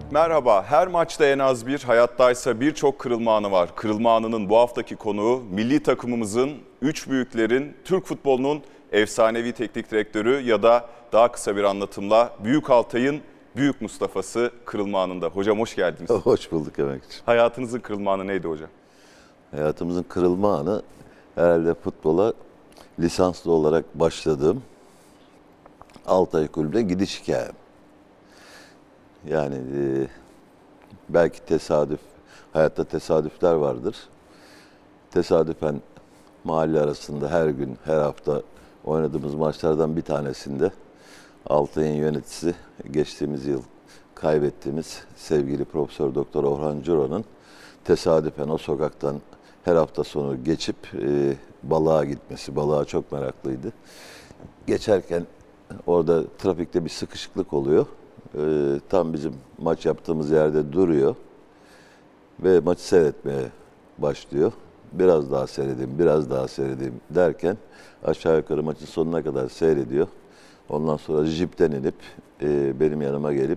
Merhaba. Her maçta en az bir, hayattaysa birçok kırılma anı var. Kırılma anının bu haftaki konuğu milli takımımızın, üç büyüklerin, Türk futbolunun efsanevi teknik direktörü ya da daha kısa bir anlatımla Büyük Altay'ın Büyük Mustafa'sı kırılma anında. Hocam hoş geldiniz. Hoş bulduk Emekçi. Hayatınızın kırılma anı neydi hocam? Hayatımızın kırılma anı herhalde futbola lisanslı olarak başladığım Altay Kulübü'ne gidiş hikayem. Yani belki tesadüf, hayatta tesadüfler vardır. Tesadüfen mahalle arasında her gün, her hafta oynadığımız maçlardan bir tanesinde Altay'ın yöneticisi, geçtiğimiz yıl kaybettiğimiz sevgili Profesör Doktor Orhan Curo'nun tesadüfen o sokaktan her hafta sonu geçip balığa gitmesi, balığa çok meraklıydı. Geçerken orada trafikte bir sıkışıklık oluyor. Tam bizim maç yaptığımız yerde duruyor ve maçı seyretmeye başlıyor. Biraz daha seyredeyim, biraz daha seyredeyim derken aşağı yukarı maçın sonuna kadar seyrediyor. Ondan sonra jipten inip benim yanıma gelip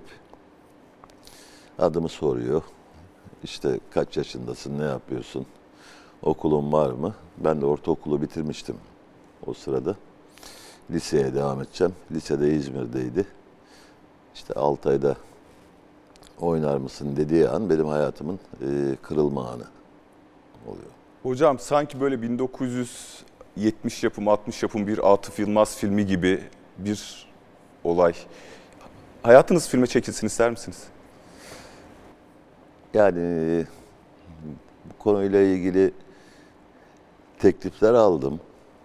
adımı soruyor. İşte kaç yaşındasın, ne yapıyorsun, okulun var mı? Ben de ortaokulu bitirmiştim o sırada. Liseye devam edeceğim. Lisede İzmir'deydi. İşte Altay'da oynar mısın dediği an benim hayatımın kırılma anı oluyor. Hocam sanki böyle 1970 yapım, 60 yapım bir Atıf Yılmaz filmi gibi bir olay. Hayatınız filme çekilsin ister misiniz? Yani bu konuyla ilgili teklifler aldım.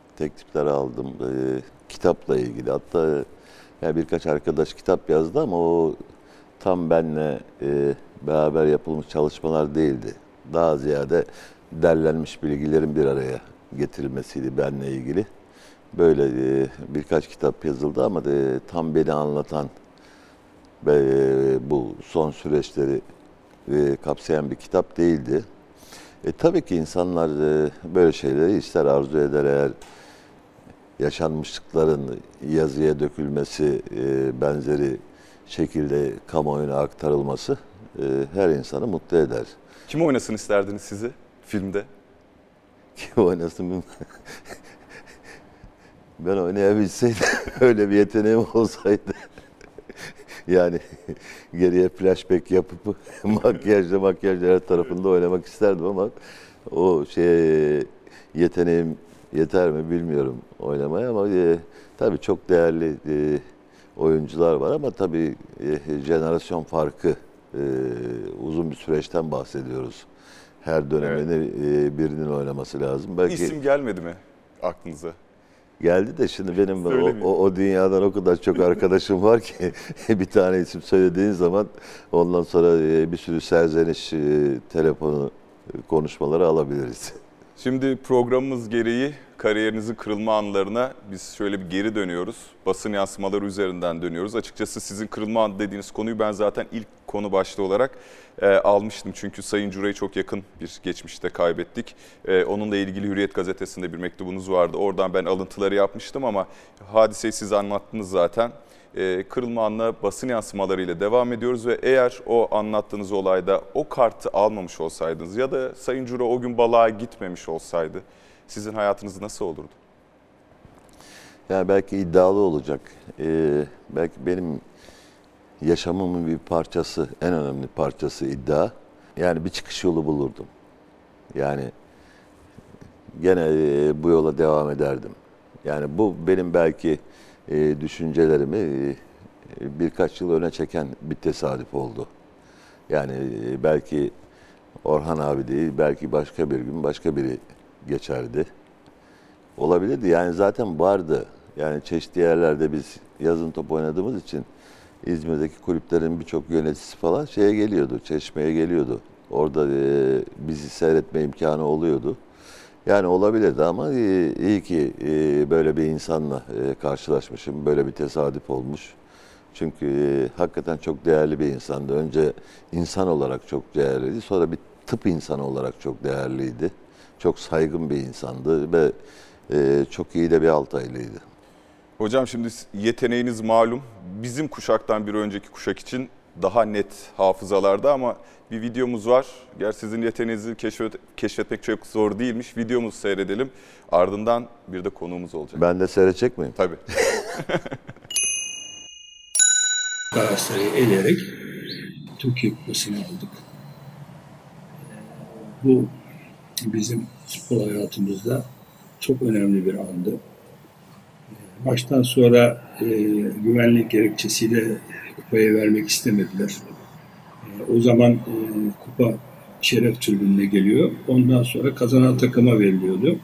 Kitapla ilgili. Hatta yani birkaç arkadaş kitap yazdı ama o tam benle beraber yapılmış çalışmalar değildi. Daha ziyade derlenmiş bilgilerin bir araya getirilmesiydi benle ilgili. Böyle birkaç kitap yazıldı ama tam beni anlatan ve bu son süreçleri kapsayan bir kitap değildi. Tabii ki insanlar böyle şeyleri ister, arzu eder. Eğer yaşanmışlıkların yazıya dökülmesi, benzeri şekilde kamuoyuna aktarılması her insanı mutlu eder. Kim oynasın isterdiniz sizi filmde? Kim oynasın? Ben oynayabilseydim, öyle bir yeteneğim olsaydı. Yani geriye flashback yapıp makyajla her tarafında oynamak isterdim ama o yeteneğim yeter mi bilmiyorum oynamaya ama tabii çok değerli oyuncular var ama tabii jenerasyon farkı, uzun bir süreçten bahsediyoruz. Her dönemini birinin oynaması lazım. Belki İsim gelmedi mi aklınıza? geldi de şimdi benim o dünyadan o kadar çok arkadaşım var ki bir tane isim söylediğin zaman ondan sonra bir sürü serzeniş telefonu konuşmaları alabiliriz. Şimdi programımız gereği kariyerinizin kırılma anlarına biz şöyle bir geri dönüyoruz. Basın yansımaları üzerinden dönüyoruz. Açıkçası sizin kırılma anı dediğiniz konuyu ben zaten ilk konu başlığı olarak almıştım. Çünkü Sayın Cura'yı çok yakın bir geçmişte kaybettik. Onunla ilgili Hürriyet gazetesinde bir mektubunuz vardı. Oradan ben alıntıları yapmıştım ama hadiseyi siz anlattınız zaten. Kırılma anına basın yansımalarıyla devam ediyoruz ve eğer o anlattığınız olayda o kartı almamış olsaydınız ya da Sayın Cura o gün balığa gitmemiş olsaydı sizin hayatınız nasıl olurdu? Yani belki iddialı olacak. Belki benim yaşamımın bir parçası, en önemli parçası iddia. Yani bir çıkış yolu bulurdum. Yani gene bu yola devam ederdim. Yani bu benim belki düşüncelerimi birkaç yıl öne çeken bir tesadüf oldu. Yani belki Orhan abi değil, belki başka bir gün başka biri geçerdi. Olabilirdi. Yani zaten vardı. Yani çeşitli yerlerde biz yazın top oynadığımız için İzmir'deki kulüplerin birçok yöneticisi falan şeye geliyordu, Çeşme'ye geliyordu. Orada bizi seyretme imkanı oluyordu. Yani olabilirdi ama iyi ki böyle bir insanla karşılaşmışım. Böyle bir tesadüf olmuş. Çünkü hakikaten çok değerli bir insandı. Önce insan olarak çok değerliydi. Sonra bir tıp insanı olarak çok değerliydi. Çok saygın bir insandı ve çok iyi de bir Altaylıydı. Hocam şimdi yeteneğiniz malum. Bizim kuşaktan bir önceki kuşak için daha net hafızalarda ama bir videomuz var. Gerçi sizin yeteneğinizi keşfetmek çok zor değilmiş. Videomuzu seyredelim. Ardından bir de konuğumuz olacak. Ben de seyredecek miyim? Tabii. Galatasaray'ı eleyerek Türkiye Kupası'nı aldık. Bu bizim futbol hayatımızda çok önemli bir andı. Maçtan sonra güvenlik gerekçesiyle kupayı vermek istemediler. O zaman kupa şeref tribününe geliyor. Ondan sonra kazanan takıma veriliyordu.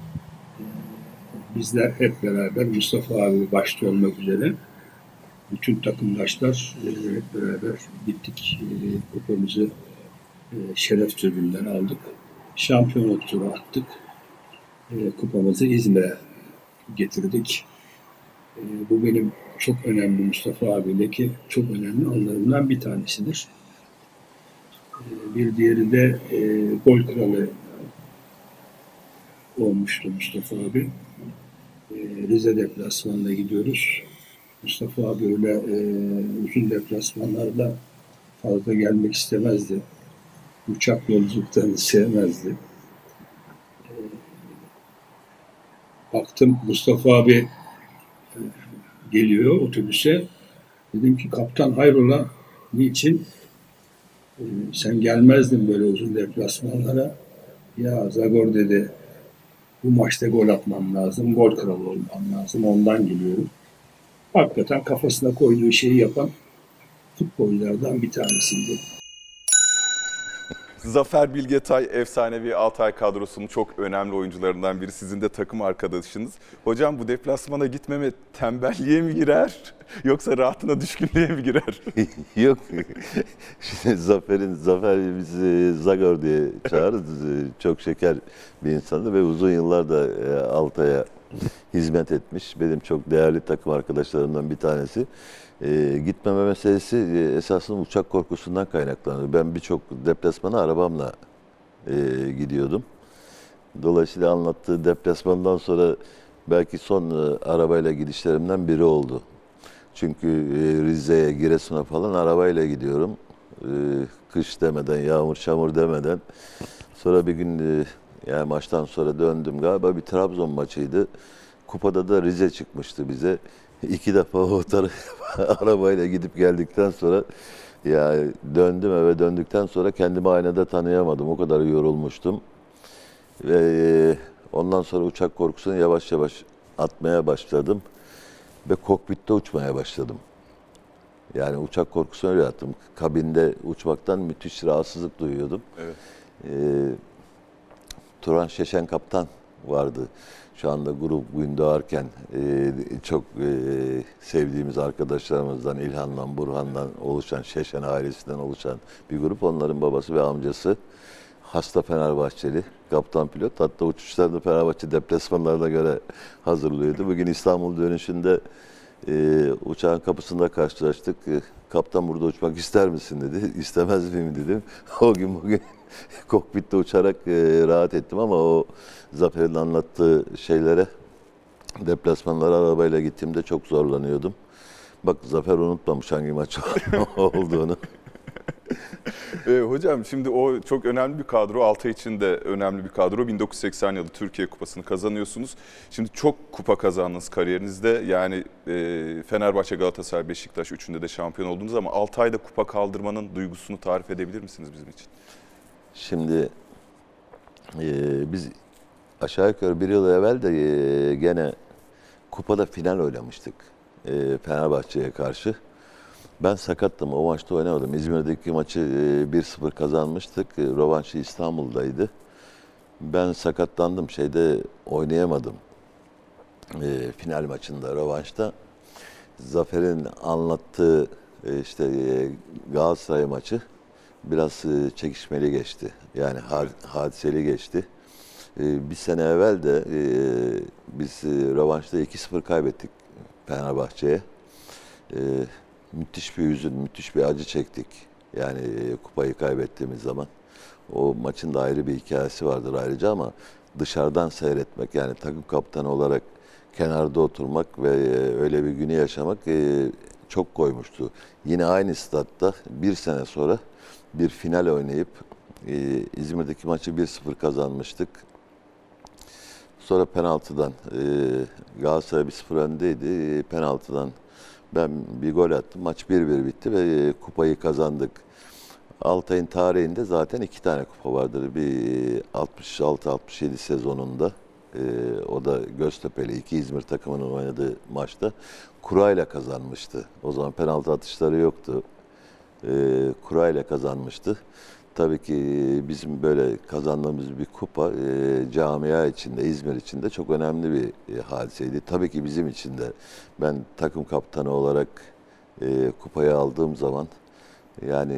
Bizler hep beraber Mustafa abi başta olmak üzere bütün takımdaşlar hep beraber gittik. Kupamızı şeref tribünden aldık. Şampiyonluk turu attık. Kupamızı İzmir'e getirdik. Bu benim çok önemli Mustafa abiyle çok önemli anlarımdan bir tanesidir. Bir diğeri de gol kralı olmuştu Mustafa abi. Rize deplasmanına gidiyoruz. Mustafa abi öyle uzun deplasmanlarda fazla gelmek istemezdi. Uçak yolculuklarını sevmezdi. Baktım Mustafa abi geliyor otobüse. Dedim ki kaptan hayrola, niçin? Sen gelmezdin böyle uzun deplasmanlara. Ya Zagor dedi, bu maçta gol atmam lazım, gol kralı olmam lazım, ondan geliyorum. Hakikaten kafasına koyduğu şeyi yapan futbolculardan bir tanesiydi. Zafer Bilgetay efsanevi Altay kadrosunun çok önemli oyuncularından biri. Sizin de takım arkadaşınız. Hocam bu deplasmana gitmeme tembelliğe mi girer yoksa rahatına düşkünlüğe mi girer? Yok. Şimdi Zafer bizi Zagor diye çağırırız. Çok şeker bir insandı ve uzun yıllar da Altay'a hizmet etmiş. Benim çok değerli takım arkadaşlarımdan bir tanesi. Gitmeme meselesi esasında uçak korkusundan kaynaklanıyor. Ben birçok deplasmana arabamla gidiyordum. Dolayısıyla anlattığı deplasmandan sonra belki son arabayla gidişlerimden biri oldu. Çünkü Rize'ye, Giresun'a falan arabayla gidiyorum. Kış demeden, yağmur, çamur demeden. Sonra bir gün yani maçtan sonra döndüm, galiba bir Trabzon maçıydı. Kupada da Rize çıkmıştı bize. 2 defa o arabayla gidip geldikten sonra ya döndüm, eve döndükten sonra kendimi aynada tanıyamadım. O kadar yorulmuştum. Ve ondan sonra uçak korkusunu yavaş yavaş atmaya başladım. Ve kokpitte uçmaya başladım. Yani uçak korkusunu öyle attım. Kabinde uçmaktan müthiş rahatsızlık duyuyordum. Evet. Turan Şeşen kaptan vardı. Şu anda grup Gündoğarken çok sevdiğimiz arkadaşlarımızdan İlhan'dan, Burhan'dan oluşan, Şeşen ailesinden oluşan bir grup. Onların babası ve amcası hasta Fenerbahçeli, kaptan pilot. Hatta uçuşlarını Fenerbahçe deplasmanlarına göre hazırlıyordu. Bugün İstanbul dönüşünde uçağın kapısında karşılaştık. Kaptan burada uçmak ister misin dedi. İstemez miyim dedim. O gün bugün kokpitte uçarak rahat ettim ama o Zafer'in anlattığı şeylere deplasmanlara arabayla gittiğimde çok zorlanıyordum. Bak Zafer unutmamış hangi maç olduğunu. Hocam şimdi o çok önemli bir kadro. Altay için de önemli bir kadro. 1980 yılı Türkiye Kupası'nı kazanıyorsunuz. Şimdi çok kupa kazandınız kariyerinizde. Yani Fenerbahçe, Galatasaray, Beşiktaş üçünde de şampiyon oldunuz ama Altay'da kupa kaldırmanın duygusunu tarif edebilir misiniz bizim için? Şimdi biz aşağı yukarı bir yıl evvel de gene kupada final oynamıştık Fenerbahçe'ye karşı. Ben sakattım, o maçta oynamadım. İzmir'deki maçı 1-0 kazanmıştık. Rövanşı İstanbul'daydı. Ben sakatlandım, oynayamadım. Final maçında, rövanşta. Zafer'in anlattığı Galatasaray maçı biraz çekişmeli geçti. Yani hadiseli geçti. Bir sene evvel de biz rövanşta 2-0 kaybettik Fenerbahçe'ye. Müthiş bir hüzün, müthiş bir acı çektik. Yani kupayı kaybettiğimiz zaman. O maçın da ayrı bir hikayesi vardır ayrıca ama dışarıdan seyretmek, yani takım kaptanı olarak kenarda oturmak ve öyle bir günü yaşamak çok koymuştu. Yine aynı statta bir sene sonra bir final oynayıp İzmir'deki maçı 1-0 kazanmıştık. Sonra penaltıdan Galatasaray 1-0 öndeydi. Penaltıdan ben bir gol attım. Maç 1-1 bitti ve kupayı kazandık. Altay'ın tarihinde zaten 2 tane kupa vardır. Bir 66-67 sezonunda. O da Göztepe'li 2 İzmir takımının oynadığı maçta kurayla kazanmıştı. O zaman penaltı atışları yoktu. Kurayla kazanmıştı. Tabii ki bizim böyle kazandığımız bir kupa camia içinde, İzmir içinde çok önemli bir hadiseydi. Tabii ki bizim için de ben takım kaptanı olarak kupayı aldığım zaman yani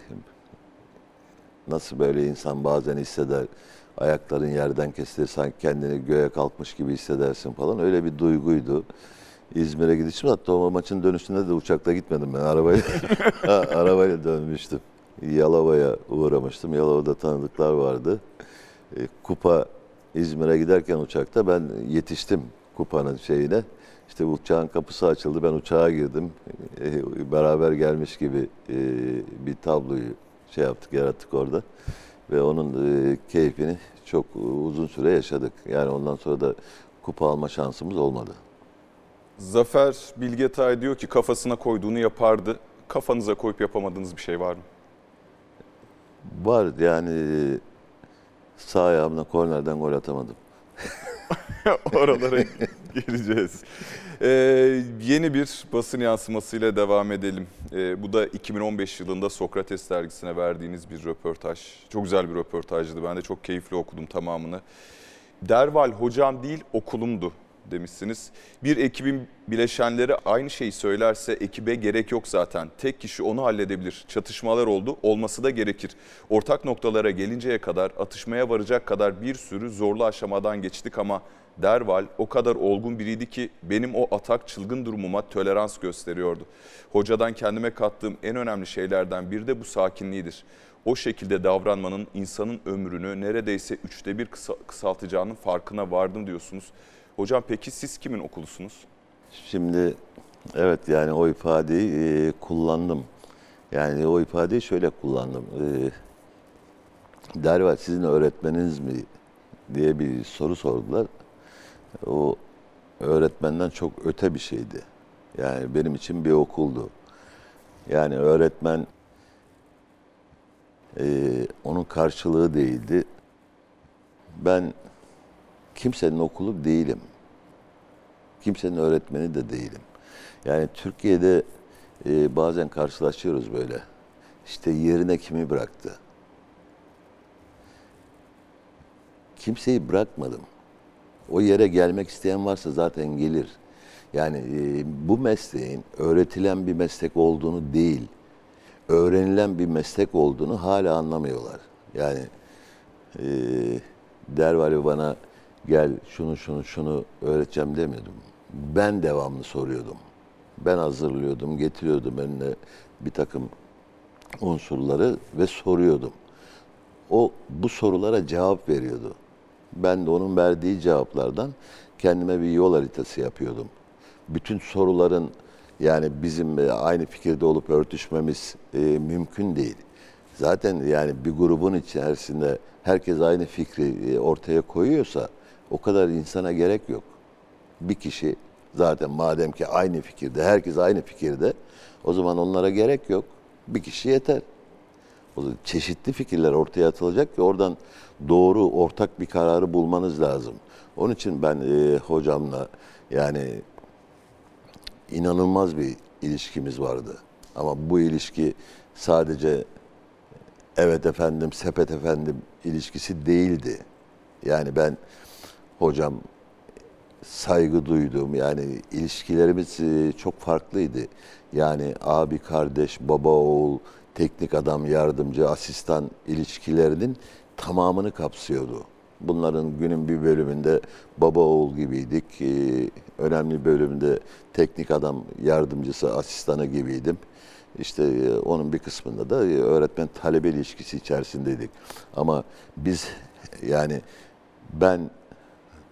nasıl böyle insan bazen hisseder, ayakların yerden kesilir, sanki kendini göğe kalkmış gibi hissedersin falan. Öyle bir duyguydu. İzmir'e gidişim, hatta o maçın dönüşünde de uçakla gitmedim ben. Arabayla dönmüştüm. Yalova'ya uğramıştım. Yalova'da tanıdıklar vardı. Kupa İzmir'e giderken uçakta ben yetiştim kupanın şeyine. İşte uçağın kapısı açıldı. Ben uçağa girdim. Beraber gelmiş gibi bir tabloyu yarattık orada. Ve onun keyfini çok uzun süre yaşadık. Yani ondan sonra da kupa alma şansımız olmadı. Zafer Bilgetay diyor ki kafasına koyduğunu yapardı. Kafanıza koyup yapamadığınız bir şey var mı? Var yani, sağ ayağımla kornerden gol atamadım. Oralara geleceğiz. Yeni bir basın yansımasıyla devam edelim. Bu da 2015 yılında Sokrates dergisine verdiğiniz bir röportaj. Çok güzel bir röportajdı. Ben de çok keyifli okudum tamamını. Derval hocam değil okulumdu demişsiniz. Bir ekibin bileşenleri aynı şeyi söylerse ekibe gerek yok zaten. Tek kişi onu halledebilir. Çatışmalar oldu, olması da gerekir. Ortak noktalara gelinceye kadar atışmaya varacak kadar bir sürü zorlu aşamadan geçtik ama Derval o kadar olgun biriydi ki benim o atak çılgın durumuma tolerans gösteriyordu. Hocadan kendime kattığım en önemli şeylerden biri de bu sakinliğidir. O şekilde davranmanın insanın ömrünü neredeyse 1/3 kısaltacağının farkına vardım diyorsunuz. Hocam peki siz kimin okulusunuz? Şimdi evet, yani o ifadeyi kullandım. Yani o ifadeyi şöyle kullandım. Derval sizin öğretmeniniz mi diye bir soru sordular. O öğretmenden çok öte bir şeydi. Yani benim için bir okuldu. Yani öğretmen onun karşılığı değildi. Ben kimsenin okulu değilim. Kimsenin öğretmeni de değilim. Yani Türkiye'de bazen karşılaşıyoruz böyle. İşte yerine kimi bıraktı? Kimseyi bırakmadım. O yere gelmek isteyen varsa zaten gelir. Yani bu mesleğin öğretilen bir meslek olduğunu değil, öğrenilen bir meslek olduğunu hala anlamıyorlar. Yani Derval'i bana gel şunu öğreteceğim demiyordum. Ben devamlı soruyordum. Ben hazırlıyordum, getiriyordum önüne bir takım unsurları ve soruyordum. O bu sorulara cevap veriyordu. Ben de onun verdiği cevaplardan kendime bir yol haritası yapıyordum. Bütün soruların yani bizim aynı fikirde olup örtüşmemiz mümkün değil. Zaten yani bir grubun içerisinde herkes aynı fikri ortaya koyuyorsa o kadar insana gerek yok. Bir kişi zaten madem ki aynı fikirde, herkes aynı fikirde, o zaman onlara gerek yok. Bir kişi yeter. O zaman çeşitli fikirler ortaya atılacak ki oradan doğru, ortak bir kararı bulmanız lazım. Onun için ben hocamla yani inanılmaz bir ilişkimiz vardı. Ama bu ilişki sadece evet efendim, sepet efendim ilişkisi değildi. Yani ben hocam saygı duydum. Yani ilişkilerimiz çok farklıydı. Yani abi kardeş, baba oğul, teknik adam, yardımcı, asistan ilişkilerinin tamamını kapsıyordu. Bunların günün bir bölümünde baba oğul gibiydik. Önemli bölümünde teknik adam, yardımcısı, asistanı gibiydim. İşte onun bir kısmında da öğretmen talebe ilişkisi içerisindeydik. Ama biz yani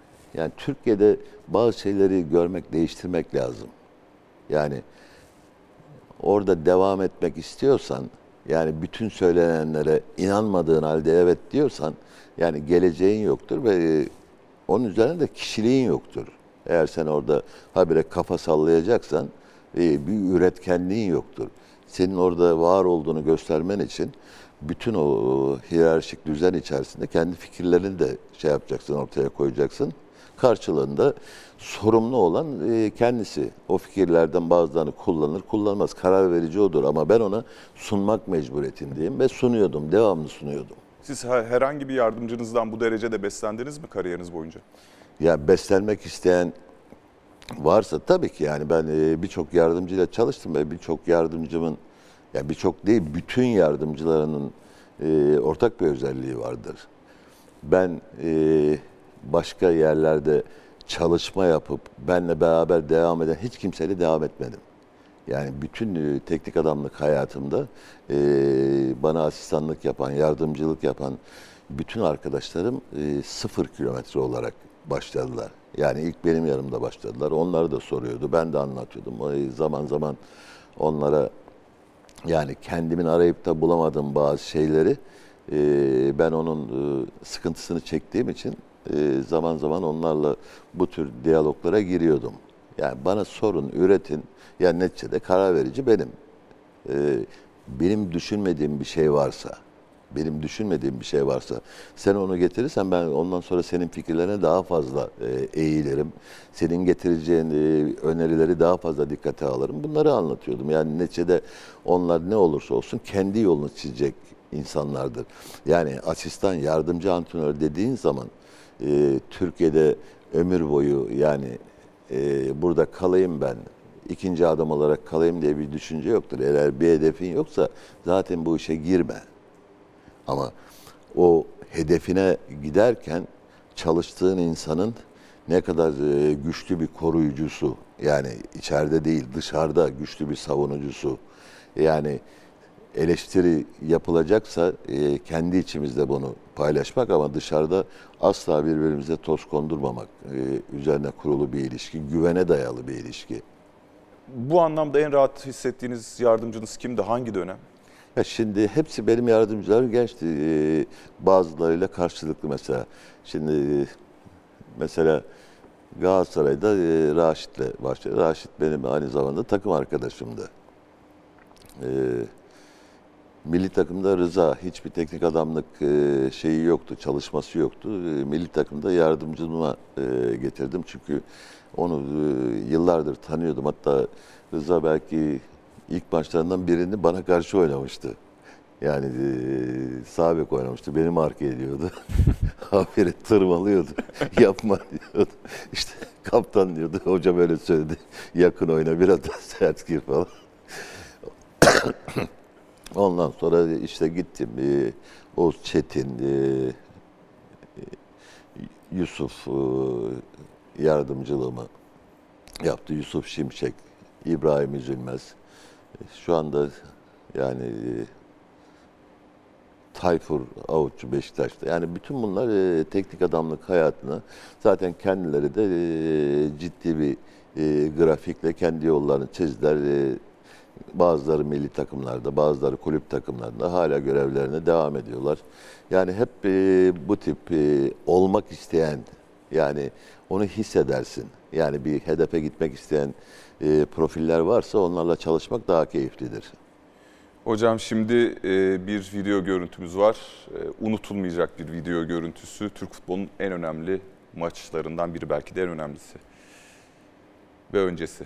Türkiye'de bazı şeyleri görmek, değiştirmek lazım. Yani orada devam etmek istiyorsan, yani bütün söylenenlere inanmadığın halde evet diyorsan, yani geleceğin yoktur ve onun üzerine de kişiliğin yoktur. Eğer sen orada habire kafa sallayacaksan bir üretkenliğin yoktur. Senin orada var olduğunu göstermen için bütün o hiyerarşik düzen içerisinde kendi fikirlerini de şey yapacaksın, ortaya koyacaksın. Karşılığında sorumlu olan kendisi. O fikirlerden bazılarını kullanır, kullanmaz. Karar verici odur ama ben ona sunmak mecburiyetindeyim ve sunuyordum, devamlı sunuyordum. Siz herhangi bir yardımcınızdan bu derecede beslendiniz mi kariyeriniz boyunca? Ya beslenmek isteyen varsa tabii ki, yani ben birçok yardımcıyla çalıştım ve birçok yardımcımın, ya birçok değil bütün yardımcılarının ortak bir özelliği vardır. Ben başka yerlerde çalışma yapıp benle beraber devam eden hiç kimseyle devam etmedim. Yani bütün teknik adamlık hayatımda bana asistanlık yapan, yardımcılık yapan bütün arkadaşlarım 0 kilometre olarak başladılar. Yani ilk benim yanımda başladılar. Onlar da soruyordu, ben de anlatıyordum. Zaman zaman onlara, yani kendimin arayıp da bulamadığım bazı şeyleri ben onun sıkıntısını çektiğim için zaman zaman onlarla bu tür diyaloglara giriyordum. Yani bana sorun, üretin. Yani neticede karar verici benim. Benim düşünmediğim bir şey varsa, sen onu getirirsen ben ondan sonra senin fikirlerine daha fazla eğilirim. Senin getireceğin önerileri daha fazla dikkate alırım. Bunları anlatıyordum. Yani neticede onlar ne olursa olsun kendi yolunu çizecek insanlardır. Yani asistan, yardımcı antrenör dediğin zaman Türkiye'de ömür boyu, yani burada kalayım ben, ikinci adam olarak kalayım diye bir düşünce yoktur. Eğer bir hedefin yoksa zaten bu işe girme. Ama o hedefine giderken çalıştığın insanın ne kadar güçlü bir koruyucusu, yani içeride değil dışarıda güçlü bir savunucusu, yani eleştiri yapılacaksa kendi içimizde bunu paylaşmak ama dışarıda asla birbirimize toz kondurmamak, üzerine kurulu bir ilişki, güvene dayalı bir ilişki. Bu anlamda en rahat hissettiğiniz yardımcınız kimdi? Hangi dönem? Ya şimdi hepsi benim yardımcılarım gençti. Bazılarıyla karşılıklı mesela. Şimdi mesela Galatasaray'da Raşit'le başladı. Raşit benim aynı zamanda takım arkadaşımdı. Milli takımda Rıza, hiçbir teknik adamlık şeyi yoktu, çalışması yoktu. Milli takımda yardımcılığıma getirdim. Çünkü onu yıllardır tanıyordum. Hatta Rıza belki ilk maçlarından birini bana karşı oynamıştı. Yani sağ bek oynamıştı, beni marke ediyordu. Haberi tırmalıyordu, yapma diyordu. İşte kaptan diyordu, hoca böyle söyledi. Yakın oyna, biraz daha sert gir falan. Ondan sonra işte gittim. Oğuz Çetin, Yusuf yardımcılığımı yaptı. Yusuf Şimşek, İbrahim Üzülmez. Şu anda yani Tayfur Avutçu Beşiktaş'ta. Yani bütün bunlar teknik adamlık hayatına zaten kendileri de ciddi bir grafikle kendi yollarını çizdiler. Bazıları milli takımlarda, bazıları kulüp takımlarında hala görevlerine devam ediyorlar. Yani hep bu tip olmak isteyen, yani onu hissedersin. Yani bir hedefe gitmek isteyen profiller varsa onlarla çalışmak daha keyiflidir. Hocam şimdi bir video görüntümüz var. Unutulmayacak bir video görüntüsü. Türk futbolunun en önemli maçlarından biri, belki de en önemlisi. Ve öncesi.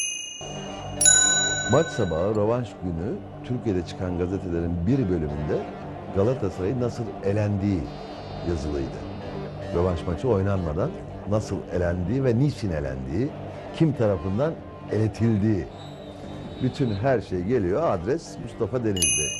Maç sabahı rövanş günü Türkiye'de çıkan gazetelerin bir bölümünde Galatasaray'ın nasıl elendiği yazılıydı. Rövanş maçı oynanmadan nasıl elendiği ve niçin elendiği, kim tarafından eletildiği. Bütün her şey geliyor, adres Mustafa Denizli.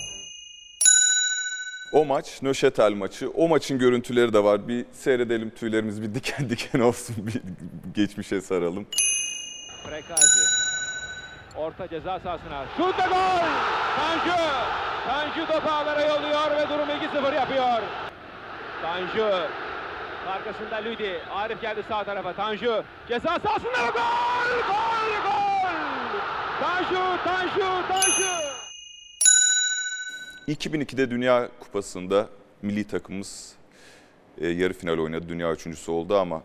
O maç Nöşetel maçı. O maçın görüntüleri de var. Bir seyredelim, tüylerimiz bir diken diken olsun. Bir geçmişe saralım. Prekazi. Orta ceza sahasına. Şut ve gol! Tanju! Tanju topu ağlara yolluyor ve durumu 2-0 yapıyor. Tanju. Arkasında Lüdi. Arif geldi sağ tarafa. Tanju. Ceza sahasında ve gol! Gol! Gol! Tanju! 2002'de Dünya Kupası'nda milli takımımız yarı final oynadı. Dünya üçüncüsü oldu ama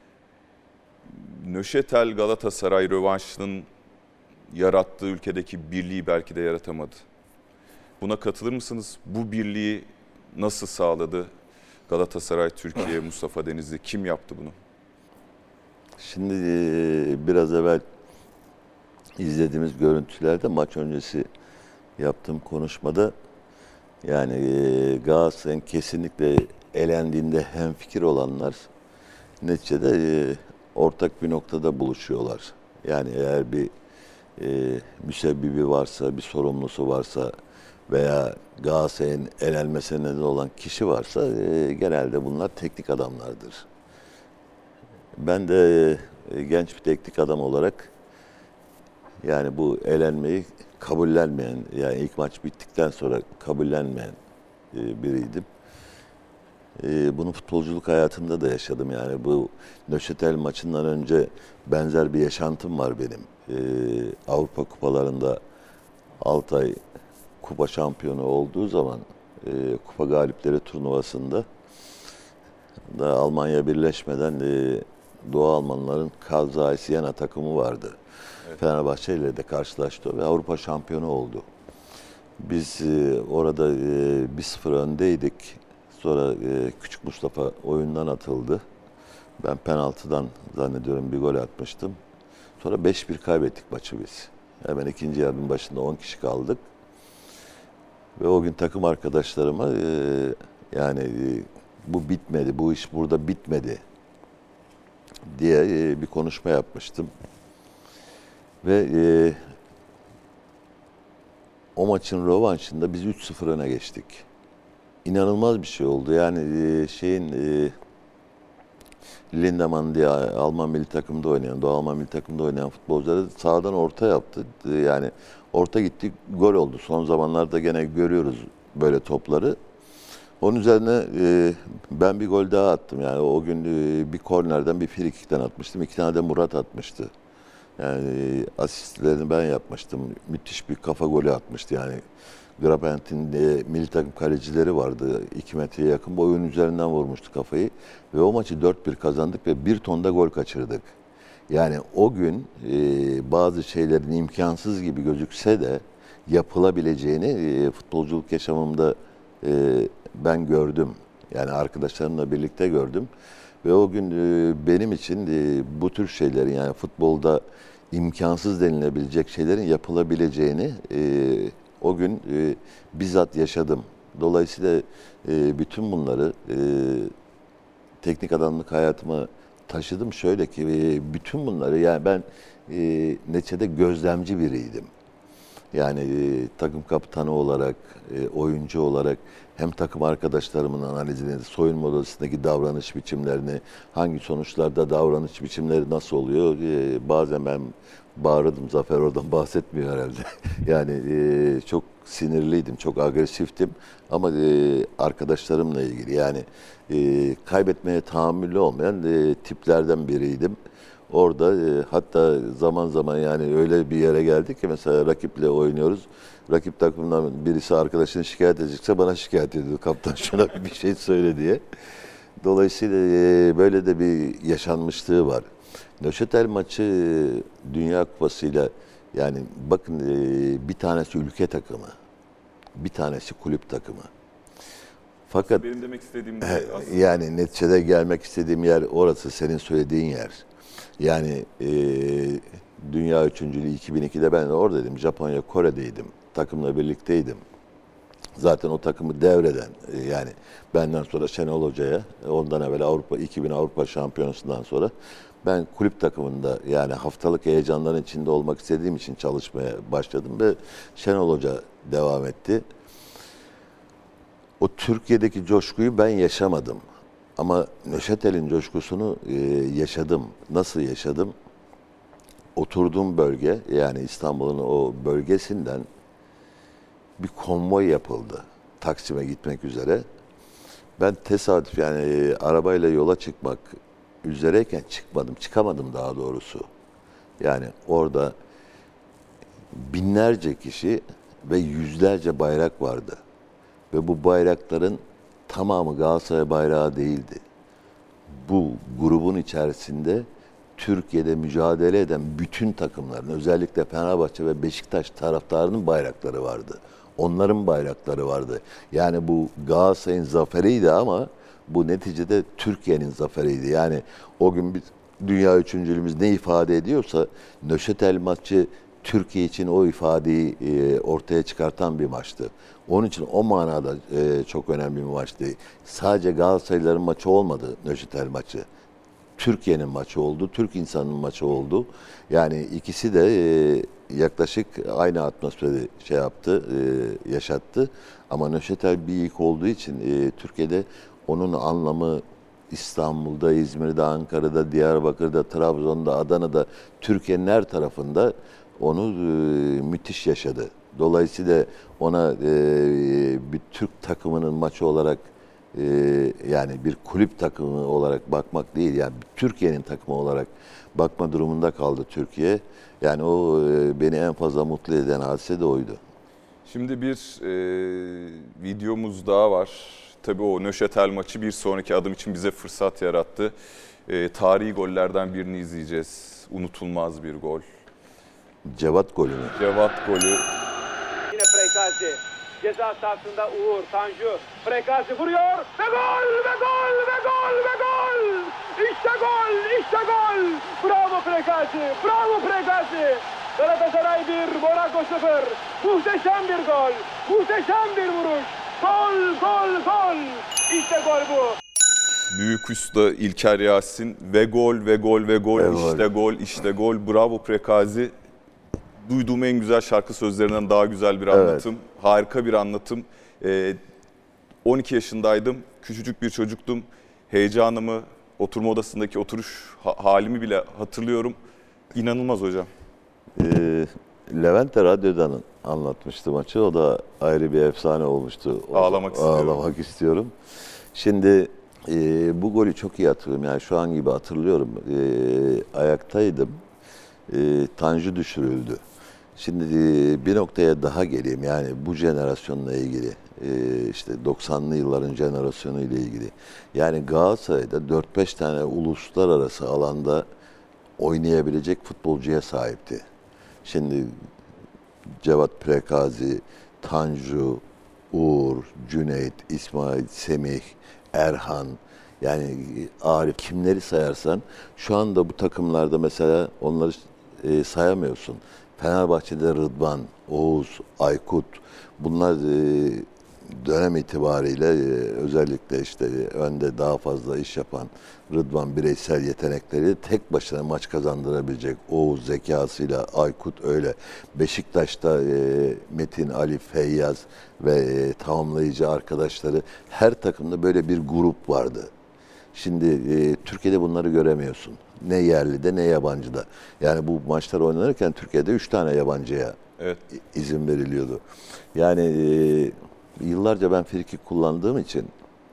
Neuchâtel Galatasaray rövanşının yarattığı ülkedeki birliği belki de yaratamadı. Buna katılır mısınız? Bu birliği nasıl sağladı Galatasaray, Türkiye, Mustafa Denizli? Kim yaptı bunu? Şimdi biraz evvel izlediğimiz görüntülerde maç öncesi yaptığım konuşmada yani Galatasaray'ın kesinlikle elendiğinde hemfikir olanlar neticede ortak bir noktada buluşuyorlar. Yani eğer bir müsebbibi varsa, bir sorumlusu varsa veya Galatasaray'ın elenmesine neden olan kişi varsa genelde bunlar teknik adamlardır. Ben de genç bir teknik adam olarak yani bu elenmeyi kabullenmeyen, yani ilk maç bittikten sonra kabullenmeyen biriydim. Bunu futbolculuk hayatımda da yaşadım. Yani bu Neuchâtel maçından önce benzer bir yaşantım var benim. Avrupa kupalarında Altay kupa şampiyonu olduğu zaman kupa galipleri turnuvasında da Almanya birleşmeden Doğu Almanların Karlsruhe Siena takımı vardı. Evet. Fenerbahçe ile de karşılaştı ve Avrupa şampiyonu oldu. Biz orada 1-0 öndeydik. Sonra Küçük Mustafa oyundan atıldı. Ben penaltıdan zannediyorum bir gol atmıştım. Sonra 5-1 kaybettik maçı biz. Hemen ikinci yarının başında 10 kişi kaldık. Ve o gün takım arkadaşlarıma yani bu bitmedi, bu iş burada bitmedi diye bir konuşma yapmıştım. Ve o maçın rövanşında biz 3-0 öne geçtik. İnanılmaz bir şey oldu. Yani Lindemann diye Alman milli takımda oynayan, Doğu Alman milli takımda oynayan futbolcuları sağdan orta yaptı. Yani orta gitti, gol oldu. Son zamanlarda gene görüyoruz böyle topları. Onun üzerine ben bir gol daha attım. Yani o gün bir kornerden bir frikikten atmıştım. 2 tane de Murat atmıştı. Yani asistlerini ben yapmıştım. Müthiş bir kafa golü atmıştı yani. Grabent'in milli takım kalecileri vardı. 2 metreye yakın boyun üzerinden vurmuştu kafayı. Ve o maçı 4-1 kazandık ve 1 ton da gol kaçırdık. Yani o gün bazı şeylerin imkansız gibi gözükse de yapılabileceğini futbolculuk yaşamımda ben gördüm. Yani arkadaşlarımla birlikte gördüm. Ve o gün benim için bu tür şeylerin yani futbolda imkansız denilebilecek şeylerin yapılabileceğini o gün bizzat yaşadım. Dolayısıyla bütün bunları teknik adamlık hayatıma taşıdım. Şöyle ki bütün bunları yani ben neticede gözlemci biriydim. Yani takım kaptanı olarak, oyuncu olarak hem takım arkadaşlarımın analizini, soyunma odasındaki davranış biçimlerini, hangi sonuçlarda davranış biçimleri nasıl oluyor, bazen ben bağırdım, Zafer oradan bahsetmiyor herhalde. Yani çok sinirliydim, çok agresiftim ama arkadaşlarımla ilgili yani kaybetmeye tahammülü olmayan tiplerden biriydim. Orada hatta zaman zaman yani öyle bir yere geldik ki mesela rakiple oynuyoruz. Rakip takımdan birisi arkadaşını şikayet edecekse bana şikayet ediyor. Kaptan şuna bir şey söyle diye. Dolayısıyla böyle de bir yaşanmışlığı var. Neuchâtel maçı Dünya Kupası'yla yani bakın bir tanesi ülke takımı, bir tanesi kulüp takımı. Fakat benim demek istediğim aslında. Yani neticede gelmek istediğim yer orası, senin söylediğin yer. Yani Dünya Üçüncülüğü 2002'de ben de oradaydım. Japonya, Kore'deydim. Takımla birlikteydim. Zaten o takımı devreden yani benden sonra Şenol Hoca'ya, ondan evvel 2000 Avrupa Şampiyonası'ndan sonra ben kulüp takımında yani haftalık heyecanların içinde olmak istediğim için çalışmaya başladım ve Şenol Hoca devam etti. O Türkiye'deki coşkuyu ben yaşamadım. Ama Neuchâtel'in coşkusunu yaşadım. Nasıl yaşadım? Oturduğum bölge, yani İstanbul'un o bölgesinden bir konvoy yapıldı. Taksim'e gitmek üzere. Ben tesadüf yani arabayla yola çıkmak üzereyken çıkamadım daha doğrusu. Yani orada binlerce kişi ve yüzlerce bayrak vardı. Ve bu bayrakların tamamı Galatasaray bayrağı değildi. Bu grubun içerisinde Türkiye'de mücadele eden bütün takımların, özellikle Fenerbahçe ve Beşiktaş taraftarının bayrakları vardı. Onların bayrakları vardı. Yani bu Galatasaray'ın zaferiydi ama bu neticede Türkiye'nin zaferiydi. Yani o gün biz dünya üçüncülüğümüz ne ifade ediyorsa Nöşetel maçı Türkiye için o ifadeyi ortaya çıkartan bir maçtı. Onun için o manada çok önemli bir maçtı. Sadece Galatasaraylıların maçı olmadı Nöşetel maçı. Türkiye'nin maçı oldu, Türk insanının maçı oldu. Yani ikisi de yaklaşık aynı atmosferi yaşattı. Ama Nöşetel bir ilk olduğu için Türkiye'de onun anlamı İstanbul'da, İzmir'de, Ankara'da, Diyarbakır'da, Trabzon'da, Adana'da, Türkiye'nin her tarafında onu müthiş yaşadı. Dolayısıyla ona bir Türk takımının maçı olarak yani bir kulüp takımı olarak bakmak değil, yani Türkiye'nin takımı olarak bakma durumunda kaldı Türkiye. Yani o beni en fazla mutlu eden hadise de oydu. Şimdi bir videomuz daha var. Tabii o Nöşetel maçı bir sonraki adım için bize fırsat yarattı. Tarihi gollerden birini izleyeceğiz. Unutulmaz bir gol. Cevat golü mü? Cevat golü. Yine Prekazi. Ceza sahasında Uğur, Tanju. Prekazi vuruyor ve gol ve gol ve gol ve gol. İşte gol, işte gol. Bravo Prekazi, bravo Prekazi. Galatasaray 1, Monaco 0. Muhteşem bir gol, muhteşem bir vuruş. Gol, gol, gol. İşte gol bu. Büyük usta İlker Yasin ve gol ve gol ve gol, Ve işte gol, işte gol. Bravo Prekazi. Duyduğum en güzel şarkı sözlerinden daha güzel bir anlatım. Evet. Harika bir anlatım. 12 yaşındaydım, küçücük bir çocuktum. Heyecanımı, oturma odasındaki oturuş halimi bile hatırlıyorum. İnanılmaz hocam. Levent de radyodan anlatmıştı maçı. O da ayrı bir efsane olmuştu. Ağlamak istiyorum. Şimdi bu golü çok iyi hatırlıyorum. Yani şu an gibi hatırlıyorum. Ayaktaydım. Tanju düşürüldü. Şimdi bir noktaya daha geleyim. Yani bu jenerasyonla ilgili, işte 90'lı yılların jenerasyonu ile ilgili. Yani Galatasaray'da 4-5 tane uluslararası alanda oynayabilecek futbolcuya sahipti. Şimdi Cevat Prekazi, Tanju, Uğur, Cüneyt, İsmail, Semih, Erhan, yani Arif, kimleri sayarsan şu anda bu takımlarda mesela onları sayamıyorsun. Fenerbahçe'de Rıdvan, Oğuz, Aykut, bunlar dönem itibariyle özellikle işte önde daha fazla iş yapan Rıdvan bireysel yetenekleri tek başına maç kazandırabilecek Oğuz zekasıyla, Aykut öyle. Beşiktaş'ta Metin, Ali, Feyyaz ve tamamlayıcı arkadaşları, her takımda böyle bir grup vardı. Şimdi Türkiye'de bunları göremiyorsun. Ne yerlide ne yabancıda. Yani bu maçlar oynanırken Türkiye'de 3 tane yabancıya izin veriliyordu. Yani yıllarca ben frikik kullandığım için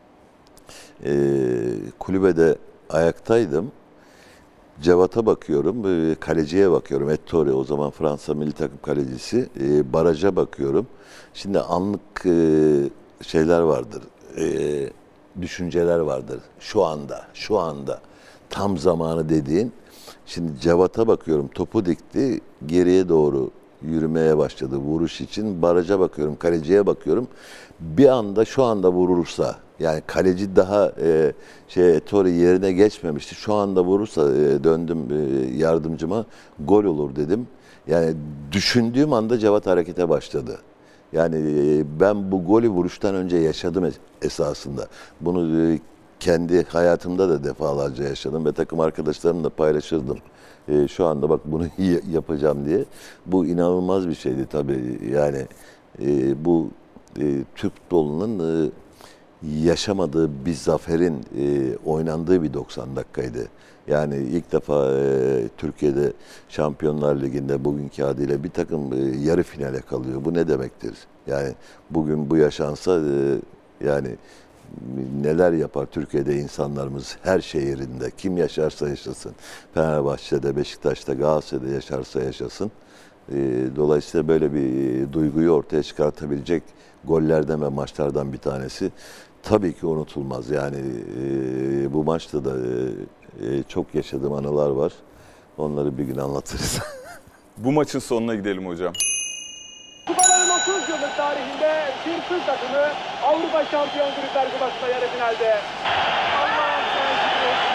kulübede ayaktaydım. Cevat'a bakıyorum, kaleciye bakıyorum. Ettore, o zaman Fransa milli takım kalecisi. Baraja bakıyorum. Şimdi anlık şeyler vardır. Düşünceler vardır. Şu anda tam zamanı dediğin. Şimdi Cevat'a bakıyorum, topu dikti, geriye doğru yürümeye başladı vuruş için. Baraja bakıyorum, kaleciye bakıyorum. Bir anda şu anda vurursa, yani kaleci daha Ettore yerine geçmemişti. Şu anda vurursa döndüm yardımcıma, gol olur dedim. Yani düşündüğüm anda Cevat harekete başladı. Yani ben bu golü vuruştan önce yaşadım esasında. Bunu kendi hayatımda da defalarca yaşadım ve takım arkadaşlarımla paylaşırdım. Şu anda bak bunu yapacağım diye. Bu inanılmaz bir şeydi tabii. Yani bu Türk futbolunun yaşamadığı bir zaferin oynandığı bir 90 dakikaydı. Yani ilk defa Türkiye'de Şampiyonlar Ligi'nde bugünkü adıyla bir takım yarı finale kalıyor. Bu ne demektir? Yani bugün bu yaşansa yani neler yapar Türkiye'de insanlarımız her şehirinde. Kim yaşarsa yaşasın. Fenerbahçe'de, Beşiktaş'ta, Galatasaray'da yaşarsa yaşasın. Dolayısıyla böyle bir duyguyu ortaya çıkartabilecek gollerden ve maçlardan bir tanesi. Tabii ki unutulmaz. Yani bu maçta da çok yaşadığım anılar var. Onları bir gün anlatırız. Bu maçın sonuna gidelim hocam. Kupaların 30 yıllık tarihinde bir Türk takımı Avrupa Şampiyon Kulüpler Kupası'nda yarı finalde. Allah'ım sana şükür olsun.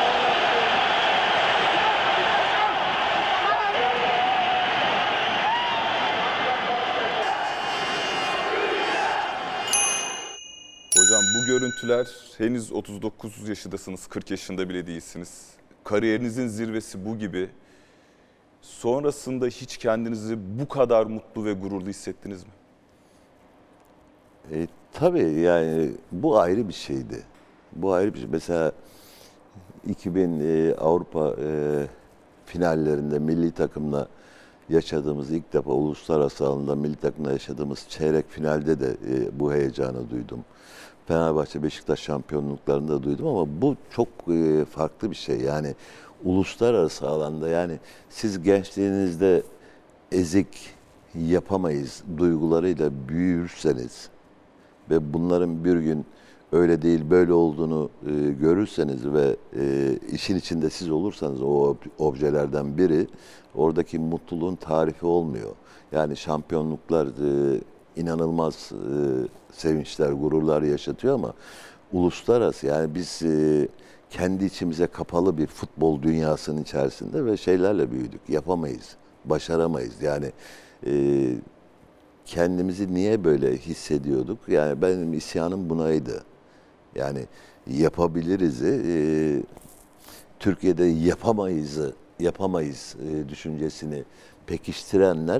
Hocam bu görüntüler, henüz 39 yaşındasınız, 40 yaşında bile değilsiniz. Kariyerinizin zirvesi bu gibi. Sonrasında hiç kendinizi bu kadar mutlu ve gururlu hissettiniz mi? Tabii yani bu ayrı bir şeydi. Bu ayrı bir şey. Mesela 2000 Avrupa finallerinde milli takımla yaşadığımız ilk defa uluslararası alanda milli takımla yaşadığımız çeyrek finalde de bu heyecanı duydum. Fenerbahçe Beşiktaş şampiyonluklarında duydum ama bu çok farklı bir şey. Yani uluslararası alanda, yani siz gençliğinizde ezik, yapamayız duygularıyla büyürseniz ve bunların bir gün öyle değil böyle olduğunu görürseniz ve işin içinde siz olursanız o objelerden biri, oradaki mutluluğun tarifi olmuyor. Yani şampiyonluklar inanılmaz sevinçler, gururlar yaşatıyor ama uluslararası, yani biz kendi içimize kapalı bir futbol dünyasının içerisinde ve şeylerle büyüdük. Yapamayız, başaramayız. Yani kendimizi niye böyle hissediyorduk? Yani benim isyanım bunaydı. Yani yapabiliriz'i, Türkiye'de yapamayız düşüncesini pekiştirenler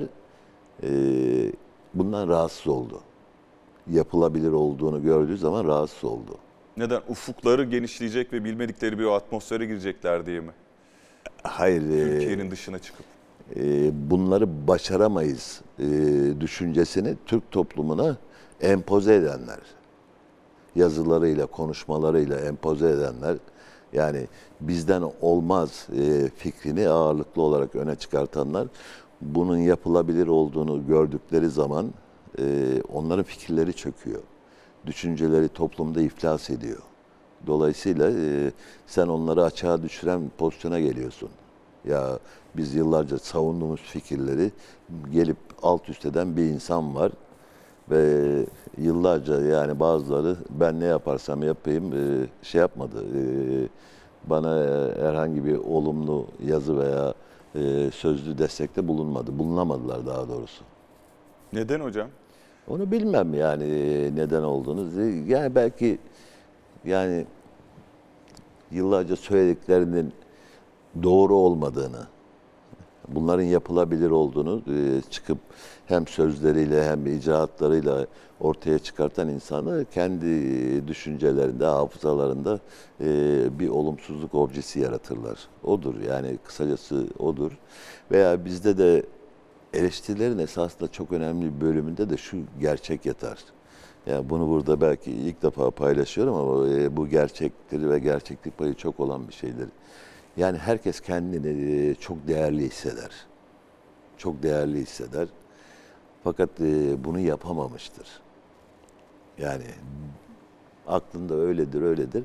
bundan rahatsız oldu. Yapılabilir olduğunu gördüğü zaman rahatsız oldu. Neden? Ufukları genişleyecek ve bilmedikleri bir o atmosfere girecekler diye mi? Hayır. Türkiye'nin dışına çıkıp. Bunları başaramayız düşüncesini Türk toplumuna empoze edenler. Yazılarıyla, konuşmalarıyla empoze edenler. Yani bizden olmaz fikrini ağırlıklı olarak öne çıkartanlar, bunun yapılabilir olduğunu gördükleri zaman onların fikirleri çöküyor. Düşünceleri toplumda iflas ediyor. Dolayısıyla sen onları açığa düşüren pozisyona geliyorsun. Ya biz yıllarca savunduğumuz fikirleri gelip alt üst eden bir insan var ve yıllarca, yani bazıları ben ne yaparsam yapayım şey yapmadı. Bana herhangi bir olumlu yazı veya sözlü destekte bulunamadılar daha doğrusu. Neden hocam? Onu bilmem yani neden olduğunu. Yani belki yani yıllarca söylediklerinin doğru olmadığını, bunların yapılabilir olduğunu çıkıp hem sözleriyle hem icraatlarıyla ortaya çıkartan insanlar kendi düşüncelerinde, hafızalarında bir olumsuzluk objesi yaratırlar. Odur yani, kısacası odur. Veya bizde de eleştirilerin esasında çok önemli bir bölümünde de şu gerçek yatar. Yani bunu burada belki ilk defa paylaşıyorum ama bu gerçektir ve gerçeklik payı çok olan bir şeydir. Yani herkes kendini çok değerli hisseder. Çok değerli hisseder. Fakat bunu yapamamıştır. Yani aklında öyledir.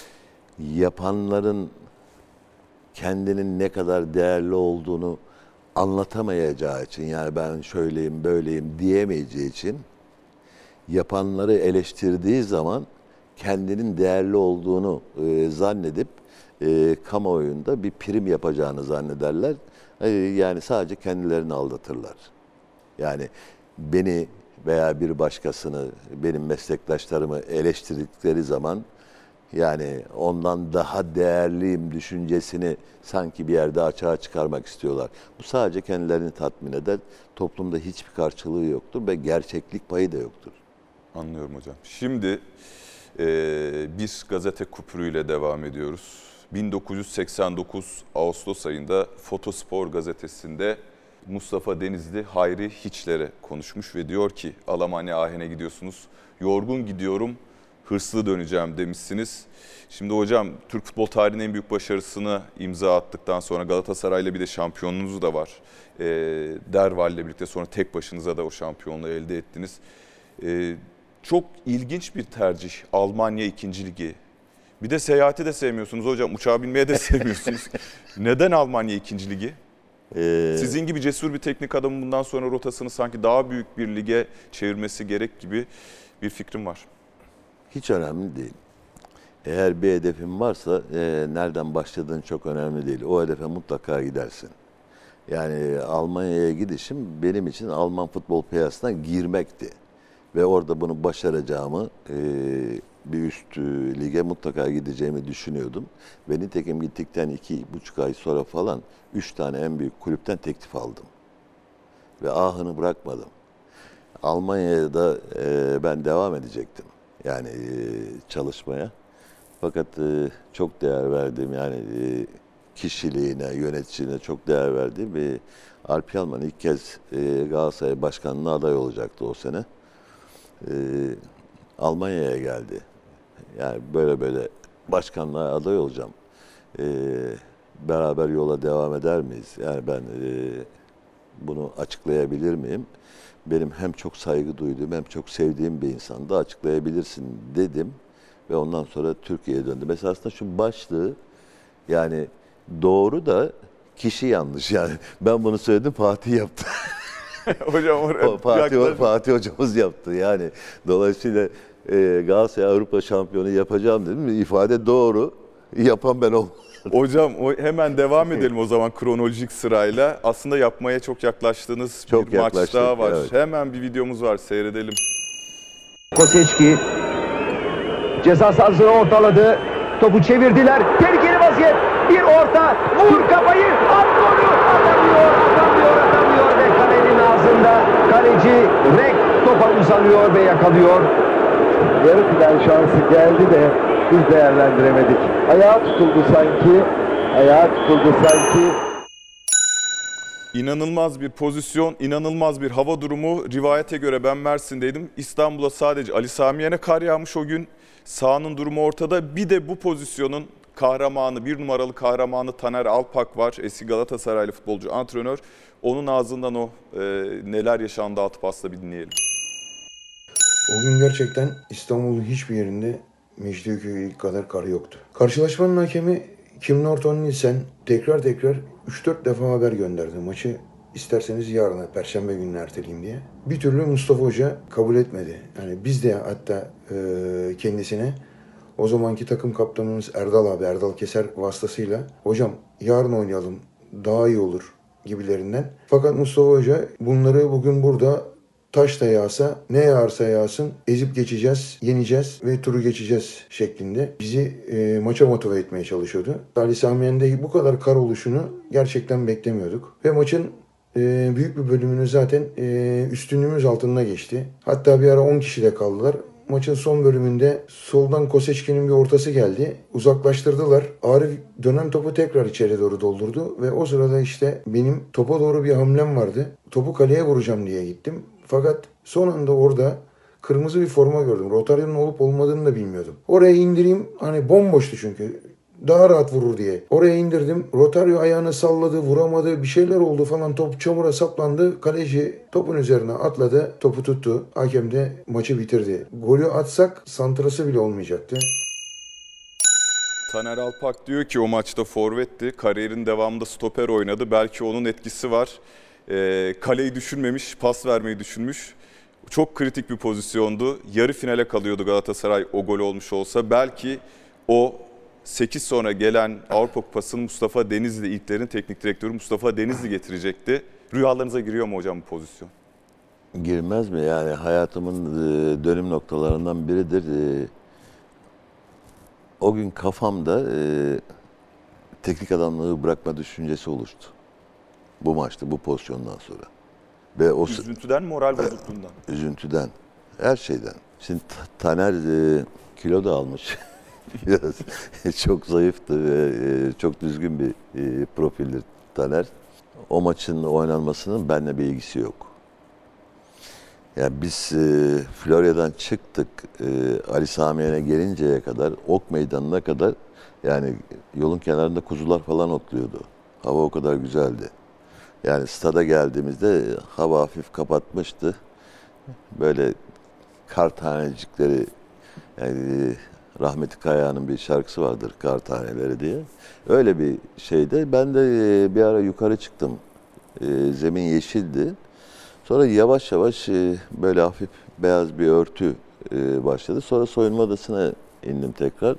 Yapanların kendinin ne kadar değerli olduğunu anlatamayacağı için, yani ben şöyleyim böyleyim diyemeyeceği için, yapanları eleştirdiği zaman kendinin değerli olduğunu zannedip kamuoyunda bir prim yapacağını zannederler. Yani sadece kendilerini aldatırlar. Yani beni veya bir başkasını, benim meslektaşlarımı eleştirdikleri zaman, yani ondan daha değerliyim düşüncesini sanki bir yerde açığa çıkarmak istiyorlar. Bu sadece kendilerini tatmin eder. Toplumda hiçbir karşılığı yoktur ve gerçeklik payı da yoktur. Anlıyorum hocam. Şimdi bir gazete kupürüyle devam ediyoruz. 1989 Ağustos ayında Fotospor gazetesinde Mustafa Denizli Hayri Hiçler'e konuşmuş ve diyor ki, Almanya Aachen'e gidiyorsunuz. Yorgun gidiyorum, hırslı döneceğim demişsiniz. Şimdi hocam Türk futbol tarihinin en büyük başarısını imza attıktan sonra Galatasaray'la bir de şampiyonluğunuz da var. Derval'le birlikte sonra tek başınıza da o şampiyonluğu elde ettiniz. Çok ilginç bir tercih Almanya 2. Ligi. Bir de seyahati de sevmiyorsunuz hocam, uçağa binmeye de sevmiyorsunuz. Neden Almanya 2. Ligi? Sizin gibi cesur bir teknik adamın bundan sonra rotasını sanki daha büyük bir lige çevirmesi gerek gibi bir fikrim var. Hiç önemli değil. Eğer bir hedefin varsa nereden başladığın çok önemli değil. O hedefe mutlaka gidersin. Yani Almanya'ya gidişim benim için Alman futbol piyasasına girmekti. Ve orada bunu başaracağımı, bir üst lige mutlaka gideceğimi düşünüyordum. Ve nitekim gittikten 2,5 ay sonra falan 3 tane en büyük kulüpten teklif aldım. Ve ahını bırakmadım. Almanya'da da ben devam edecektim. Yani çalışmaya. Fakat çok değer verdiğim, yani kişiliğine, yöneticine çok değer verdiğim bir Alp Yalman ilk kez Galatasaray Başkanlığı'na aday olacaktı o sene. Almanya'ya geldi. Yani böyle başkanlığa aday olacağım. Beraber yola devam eder miyiz? Yani ben bunu açıklayabilir miyim? Benim hem çok saygı duyduğum hem çok sevdiğim bir insan da açıklayabilirsin dedim. Ve ondan sonra Türkiye'ye döndüm. Mesela aslında şu başlığı yani doğru da kişi yanlış yani. Ben bunu söyledim, Fatih yaptı. Hocam Fatih hocamız yaptı yani. Dolayısıyla Galatasaray Avrupa şampiyonu yapacağım dedim. İfade doğru. Yapan ben olmadım. Hocam hemen devam edelim o zaman kronolojik sırayla. Aslında yapmaya çok yaklaştığınız bir maç daha var. Evet. Hemen bir videomuz var, seyredelim. Koseçki ceza sahasını ortaladı. Topu çevirdiler. Tehlikeli vaziyet. Bir orta. Vur kafayı. At golü. Atamıyor ve kalenin ağzında. Kaleci direkt topa uzanıyor ve yakalıyor. Yarı final şansı geldi de biz değerlendiremedik. Ayağı tutuldu sanki. İnanılmaz bir pozisyon, inanılmaz bir hava durumu. Rivayete göre ben Mersin'deydim. İstanbul'a sadece Ali Sami Yen'e kar yağmış o gün. Sahanın durumu ortada. Bir de bu pozisyonun kahramanı, 1 numaralı kahramanı Taner Alpak var. Eski Galatasaraylı futbolcu, antrenör. Onun ağzından o neler yaşandı atıp asla bir dinleyelim. O gün gerçekten İstanbul'un hiçbir yerinde Mecidiyeköy kadar kar yoktu. Karşılaşmanın hakemi Kim Norton Nielsen tekrar 3-4 defa haber gönderdi. Maçı isterseniz yarına, Perşembe gününe erteleyeyim diye. Bir türlü Mustafa Hoca kabul etmedi. Yani biz de hatta kendisine o zamanki takım kaptanımız Erdal Keser vasıtasıyla hocam yarın oynayalım daha iyi olur gibilerinden. Fakat Mustafa Hoca bunları bugün burada taş da yağsa, ne yağarsa yağsın ezip geçeceğiz, yeneceğiz ve turu geçeceğiz şeklinde bizi maça motive etmeye çalışıyordu. Ali Sami Yen'de bu kadar kar oluşunu gerçekten beklemiyorduk. Ve maçın büyük bir bölümünü zaten üstünlüğümüz altında geçti. Hatta bir ara 10 kişi de kaldılar. Maçın son bölümünde soldan Koseçki'nin bir ortası geldi. Uzaklaştırdılar. Arif dönen topu tekrar içeri doğru doldurdu. Ve o sırada işte benim topa doğru bir hamlem vardı. Topu kaleye vuracağım diye gittim. Fakat son anda orada kırmızı bir forma gördüm. Rotaryonun olup olmadığını da bilmiyordum. Oraya indireyim, hani bomboştu çünkü. Daha rahat vurur diye. Oraya indirdim. Rotaryo ayağını salladı, vuramadı. Bir şeyler oldu falan. Top çamura saplandı. Kaleci topun üzerine atladı. Topu tuttu. Hakem de maçı bitirdi. Golü atsak santrası bile olmayacaktı. Taner Alpak diyor ki o maçta forvetti. Kariyerin devamında stoper oynadı. Belki onun etkisi var. Kaleyi düşünmemiş, pas vermeyi düşünmüş. Çok kritik bir pozisyondu. Yarı finale kalıyordu Galatasaray o gol olmuş olsa. Belki o 8 sonra gelen Avrupa Kupası'nı Mustafa Denizli, ilklerin teknik direktörü Mustafa Denizli getirecekti. Rüyalarınıza giriyor mu hocam bu pozisyon? Girmez mi? Yani hayatımın dönüm noktalarından biridir. O gün kafamda teknik adamlığı bırakma düşüncesi oluştu. Bu maçta, bu pozisyondan sonra. Ve o Üzüntüden, moral bozukluğundan. Üzüntüden, her şeyden. Şimdi Taner kilo da almış. Biraz çok zayıftı ve çok düzgün bir profildir Taner. O maçın oynanmasının benimle bir ilgisi yok. Yani biz Florya'dan çıktık, Ali Sami Yen'e gelinceye kadar, Ok Meydanı'na kadar yani yolun kenarında kuzular falan otluyordu. Hava o kadar güzeldi. Yani stada geldiğimizde hava hafif kapatmıştı. Böyle kar tanecikleri, yani rahmetli Kaya'nın bir şarkısı vardır, Kar Taneleri diye. Öyle bir şeyde ben de bir ara yukarı çıktım. Zemin yeşildi. Sonra yavaş yavaş böyle hafif beyaz bir örtü başladı. Sonra soyunma odasına indim tekrar.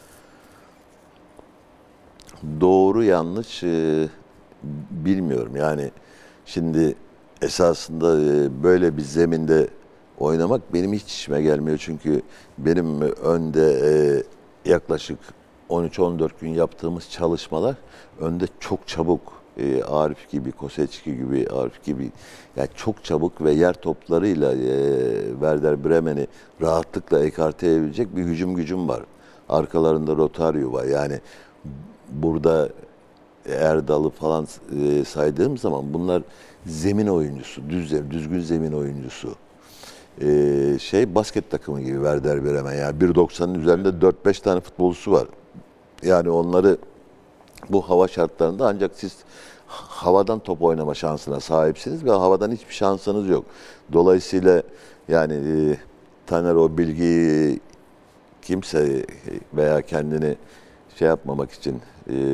Doğru yanlış bilmiyorum. Yani şimdi esasında böyle bir zeminde oynamak benim hiç işime gelmiyor. Çünkü benim önde yaklaşık 13-14 gün yaptığımız çalışmalar önde çok çabuk Arif gibi, Koseçki gibi, Arif gibi yani çok çabuk ve yer toplarıyla Werder Bremen'i rahatlıkla ekarte edebilecek bir hücum gücüm var. Arkalarında Rotario var. Yani burada Erdal'ı falan saydığım zaman bunlar zemin oyuncusu, düzgün zemin oyuncusu. Basket takımı gibi Werder Bremen. Yani 1.90'ın üzerinde 4-5 tane futbolcusu var. Yani onları bu hava şartlarında ancak siz havadan top oynama şansına sahipsiniz ve havadan hiçbir şansınız yok. Dolayısıyla yani Taner o bilgiyi kimse veya kendini yapmamak için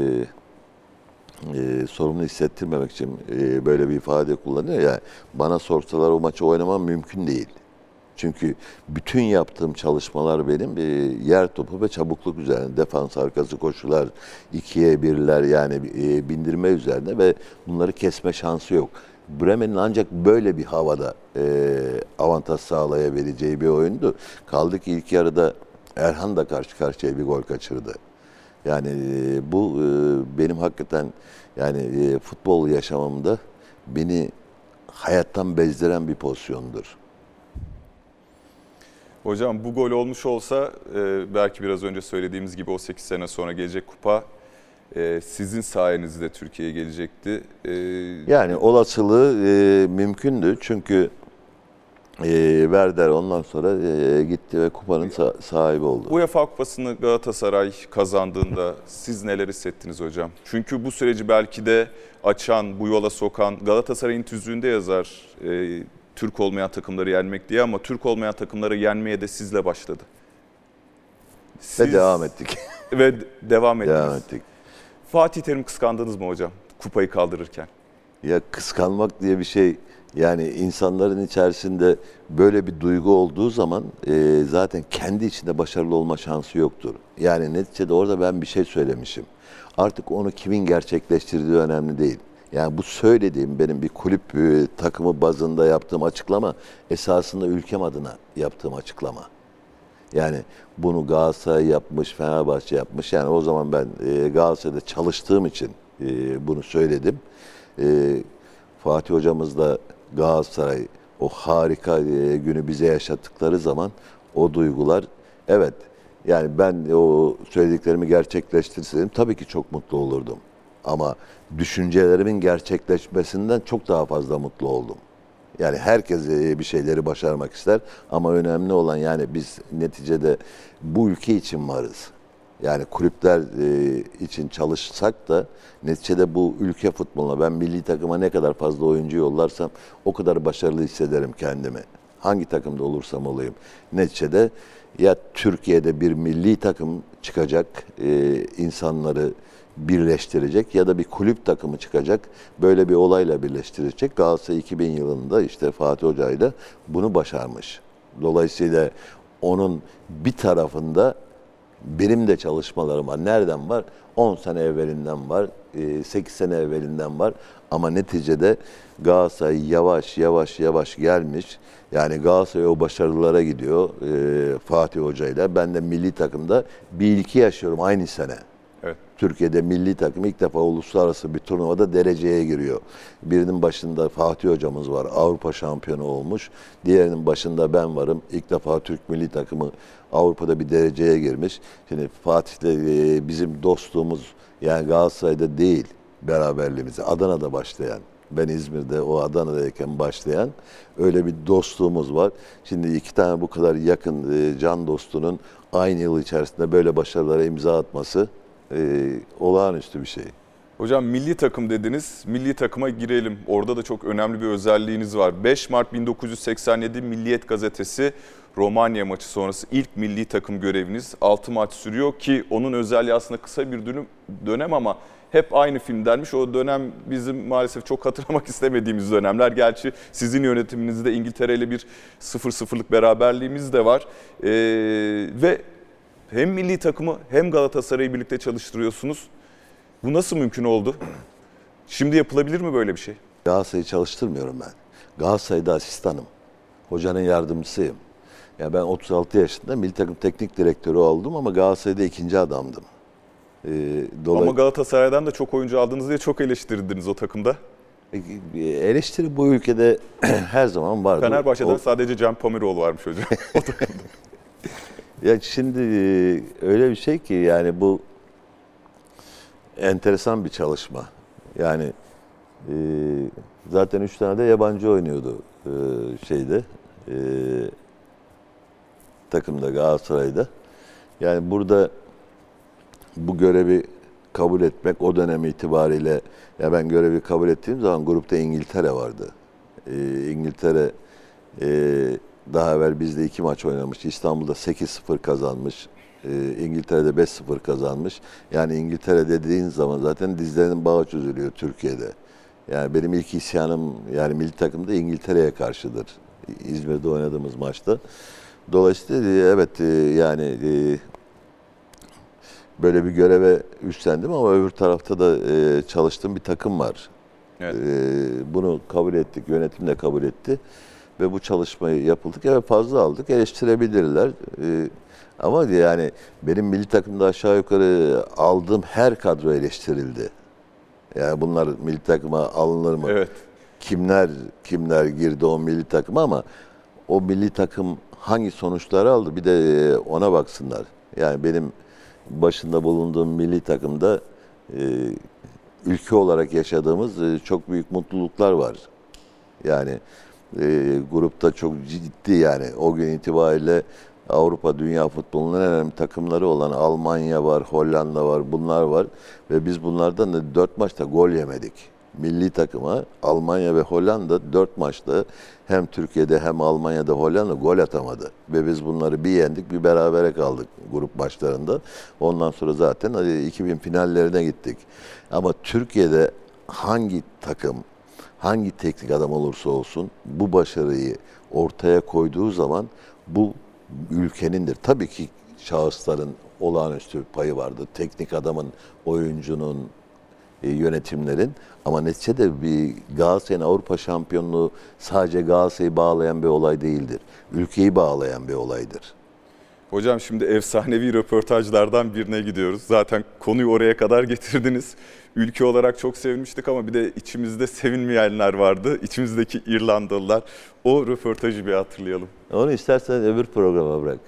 sorumlu hissettirmemek için böyle bir ifade kullanıyor ya. Bana sorsalar o maçı oynamam mümkün değil. Çünkü bütün yaptığım çalışmalar benim yer topu ve çabukluk üzerine. Defans arkası koşular, 2'ye 1'ler yani bindirme üzerine ve bunları kesme şansı yok. Bremen'in ancak böyle bir havada avantaj sağlayabileceği bir oyundu. Kaldı ki ilk yarıda Erhan da karşı karşıya bir gol kaçırdı. Yani bu benim hakikaten yani futbol yaşamımda beni hayattan bezdiren bir pozisyondur. Hocam bu gol olmuş olsa belki biraz önce söylediğimiz gibi o 8 sene sonra gelecek kupa sizin sayenizde Türkiye'ye gelecekti. Yani olasılığı mümkündü çünkü Werder ondan sonra gitti ve kupanın sahibi oldu. UEFA Kupası'nı Galatasaray kazandığında siz neler hissettiniz hocam? Çünkü bu süreci belki de açan, bu yola sokan Galatasaray'ın tüzüğünde yazar Türk olmayan takımları yenmek diye ama Türk olmayan takımları yenmeye de sizle başladı. Ve devam ettik. Ve devam ettiniz. Devam ettik. Fatih Terim kıskandınız mı hocam kupayı kaldırırken? Ya kıskanmak diye bir şey yani insanların içerisinde böyle bir duygu olduğu zaman zaten kendi içinde başarılı olma şansı yoktur. Yani neticede orada ben bir şey söylemişim. Artık onu kimin gerçekleştirdiği önemli değil. Yani bu söylediğim benim bir kulüp takımı bazında yaptığım açıklama esasında ülkem adına yaptığım açıklama. Yani bunu Galatasaray yapmış, Fenerbahçe yapmış. Yani o zaman ben Galatasaray'da çalıştığım için bunu söyledim. Fatih hocamızla Galatasaray o harika günü bize yaşattıkları zaman o duygular evet yani ben o söylediklerimi gerçekleştirseydim tabii ki çok mutlu olurdum. Ama düşüncelerimin gerçekleşmesinden çok daha fazla mutlu oldum. Yani herkes bir şeyleri başarmak ister ama önemli olan yani biz neticede bu ülke için varız. Yani kulüpler için çalışsak da neticede bu ülke futboluna ben milli takıma ne kadar fazla oyuncu yollarsam o kadar başarılı hissederim kendimi. Hangi takımda olursam olayım. Neticede ya Türkiye'de bir milli takım çıkacak, insanları birleştirecek ya da bir kulüp takımı çıkacak, böyle bir olayla birleştirecek. Galatasaray 2000 yılında işte Fatih Hoca'yla bunu başarmış. Dolayısıyla onun bir tarafında benim de çalışmalarım var. Nereden var? 10 sene evvelinden var, 8 sene evvelinden var. Ama neticede Galatasaray yavaş gelmiş. Yani Galatasaray o başarılara gidiyor Fatih Hoca'yla. Ben de milli takımda bir ilki yaşıyorum aynı sene. Evet. Türkiye'de milli takım ilk defa uluslararası bir turnuvada dereceye giriyor. Birinin başında Fatih hocamız var, Avrupa şampiyonu olmuş. Diğerinin başında ben varım. İlk defa Türk milli takımı Avrupa'da bir dereceye girmiş. Şimdi Fatih'le bizim dostluğumuz yani Galatasaray'da değil beraberliğimiz. Adana'da başlayan Ben İzmir'de, o Adana'dayken başlayan öyle bir dostluğumuz var. Şimdi iki tane bu kadar yakın can dostunun aynı yıl içerisinde böyle başarılara imza atması olağanüstü bir şey. Hocam milli takım dediniz. Milli takıma girelim. Orada da çok önemli bir özelliğiniz var. 5 Mart 1987 Milliyet Gazetesi Romanya maçı sonrası ilk milli takım göreviniz 6 maç sürüyor ki onun özelliği aslında kısa bir dönem ama hep aynı filmdenmiş. O dönem bizim maalesef çok hatırlamak istemediğimiz dönemler. Gerçi sizin yönetiminizde İngiltere ile bir 0-0'lık beraberliğimiz de var. Ve hem milli takımı hem Galatasaray'ı birlikte çalıştırıyorsunuz. Bu nasıl mümkün oldu? Şimdi yapılabilir mi böyle bir şey? Galatasaray'ı çalıştırmıyorum ben. Galatasaray'da asistanım. Hocanın yardımcısıyım. Ya ben 36 yaşında milli takım teknik direktörü oldum ama Galatasaray'da ikinci adamdım. Ama Galatasaray'dan da çok oyuncu aldınız diye çok eleştirdiniz o takımda. Eleştiri bu ülkede her zaman vardı. Fenerbahçe'den sadece Cem Pamiroğlu varmış hocam o takımda. Ya şimdi öyle bir şey ki yani bu enteresan bir çalışma. Yani zaten 3 tane de yabancı oynuyordu takımda, Galatasaray'da. Yani burada bu görevi kabul etmek o dönem itibariyle, ya ben görevi kabul ettiğim zaman grupta İngiltere vardı. İngiltere daha evvel bizde 2 maç oynamış. İstanbul'da 8-0 kazanmış. İngiltere'de 5-0 kazanmış. Yani İngiltere dediğin zaman zaten dizlerinin bağı çözülüyor Türkiye'de. Yani benim ilk isyanım yani milli takımda İngiltere'ye karşıdır. İzmir'de oynadığımız maçta. Dolayısıyla evet yani böyle bir göreve üstlendim ama öbür tarafta da çalıştığım bir takım var. Evet. Bunu kabul ettik, yönetim de kabul etti ve bu çalışmayı yapıldık. Evet fazla aldık, eleştirebilirler. Ama yani benim milli takımda aşağı yukarı aldığım her kadro eleştirildi. Yani bunlar milli takıma alınır mı? Evet. Kimler girdi o milli takıma ama o milli takım hangi sonuçları aldı bir de ona baksınlar. Yani benim başında bulunduğum milli takımda ülke olarak yaşadığımız çok büyük mutluluklar var. Yani grupta çok ciddi yani o gün itibariyle Avrupa, dünya futbolunun en önemli takımları olan Almanya var, Hollanda var, bunlar var. Ve biz bunlardan da 4 maçta gol yemedik. Milli takıma Almanya ve Hollanda 4 maçta hem Türkiye'de hem Almanya'da Hollanda gol atamadı. Ve biz bunları bir yendik, bir berabere kaldık grup maçlarında. Ondan sonra zaten 2000 finallerine gittik. Ama Türkiye'de hangi takım, hangi teknik adam olursa olsun bu başarıyı ortaya koyduğu zaman bu ülkenindir. Tabii ki şahısların olağanüstü payı vardır. Teknik adamın, oyuncunun, yönetimlerin. Ama neticede bir Galatasaray'ın Avrupa şampiyonluğu sadece Galatasaray'ı bağlayan bir olay değildir. Ülkeyi bağlayan bir olaydır. Hocam şimdi efsanevi röportajlardan birine gidiyoruz. Zaten konuyu oraya kadar getirdiniz. Ülke olarak çok sevinmiştik ama bir de içimizde sevinmeyenler vardı. İçimizdeki İrlandalılar. O röportajı bir hatırlayalım. Onu istersen öbür programa bırak.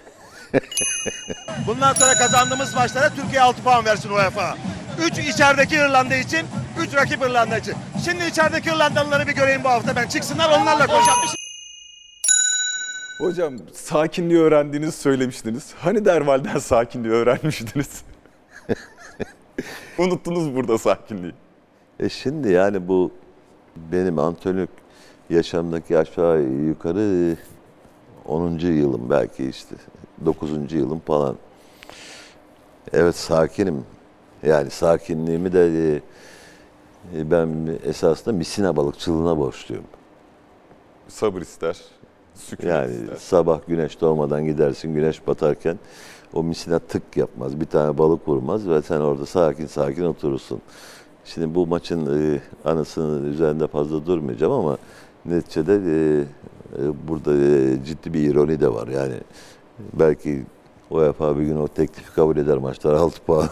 Bundan sonra kazandığımız maçlara Türkiye 6 puan versin UEFA. 3 içerideki İrlanda için, 3 rakip İrlanda için. Şimdi içerideki İrlandalıları bir göreyim bu hafta ben. Çıksınlar onlarla konuşalım. Hocam sakinliği öğrendiğinizi söylemiştiniz. Hani Derval'den sakinliği öğrenmiştiniz? Unuttunuz burada sakinliği. Şimdi yani bu benim antrenörlük yaşamdaki aşağı yukarı 10. yılım belki işte 9. yılım falan. Evet sakinim. Yani sakinliğimi de ben esasında misina balıkçılığına borçluyum. Sabır ister, sükunet yani ister. Sabah güneş doğmadan gidersin, güneş batarken o misina tık yapmaz, bir tane balık vurmaz ve sen orada sakin sakin oturursun. Şimdi bu maçın anısının üzerinde fazla durmayacağım ama neticede burada ciddi bir ironi de var. Yani belki UEFA bir gün o teklifi kabul eder, maçlar 6 puan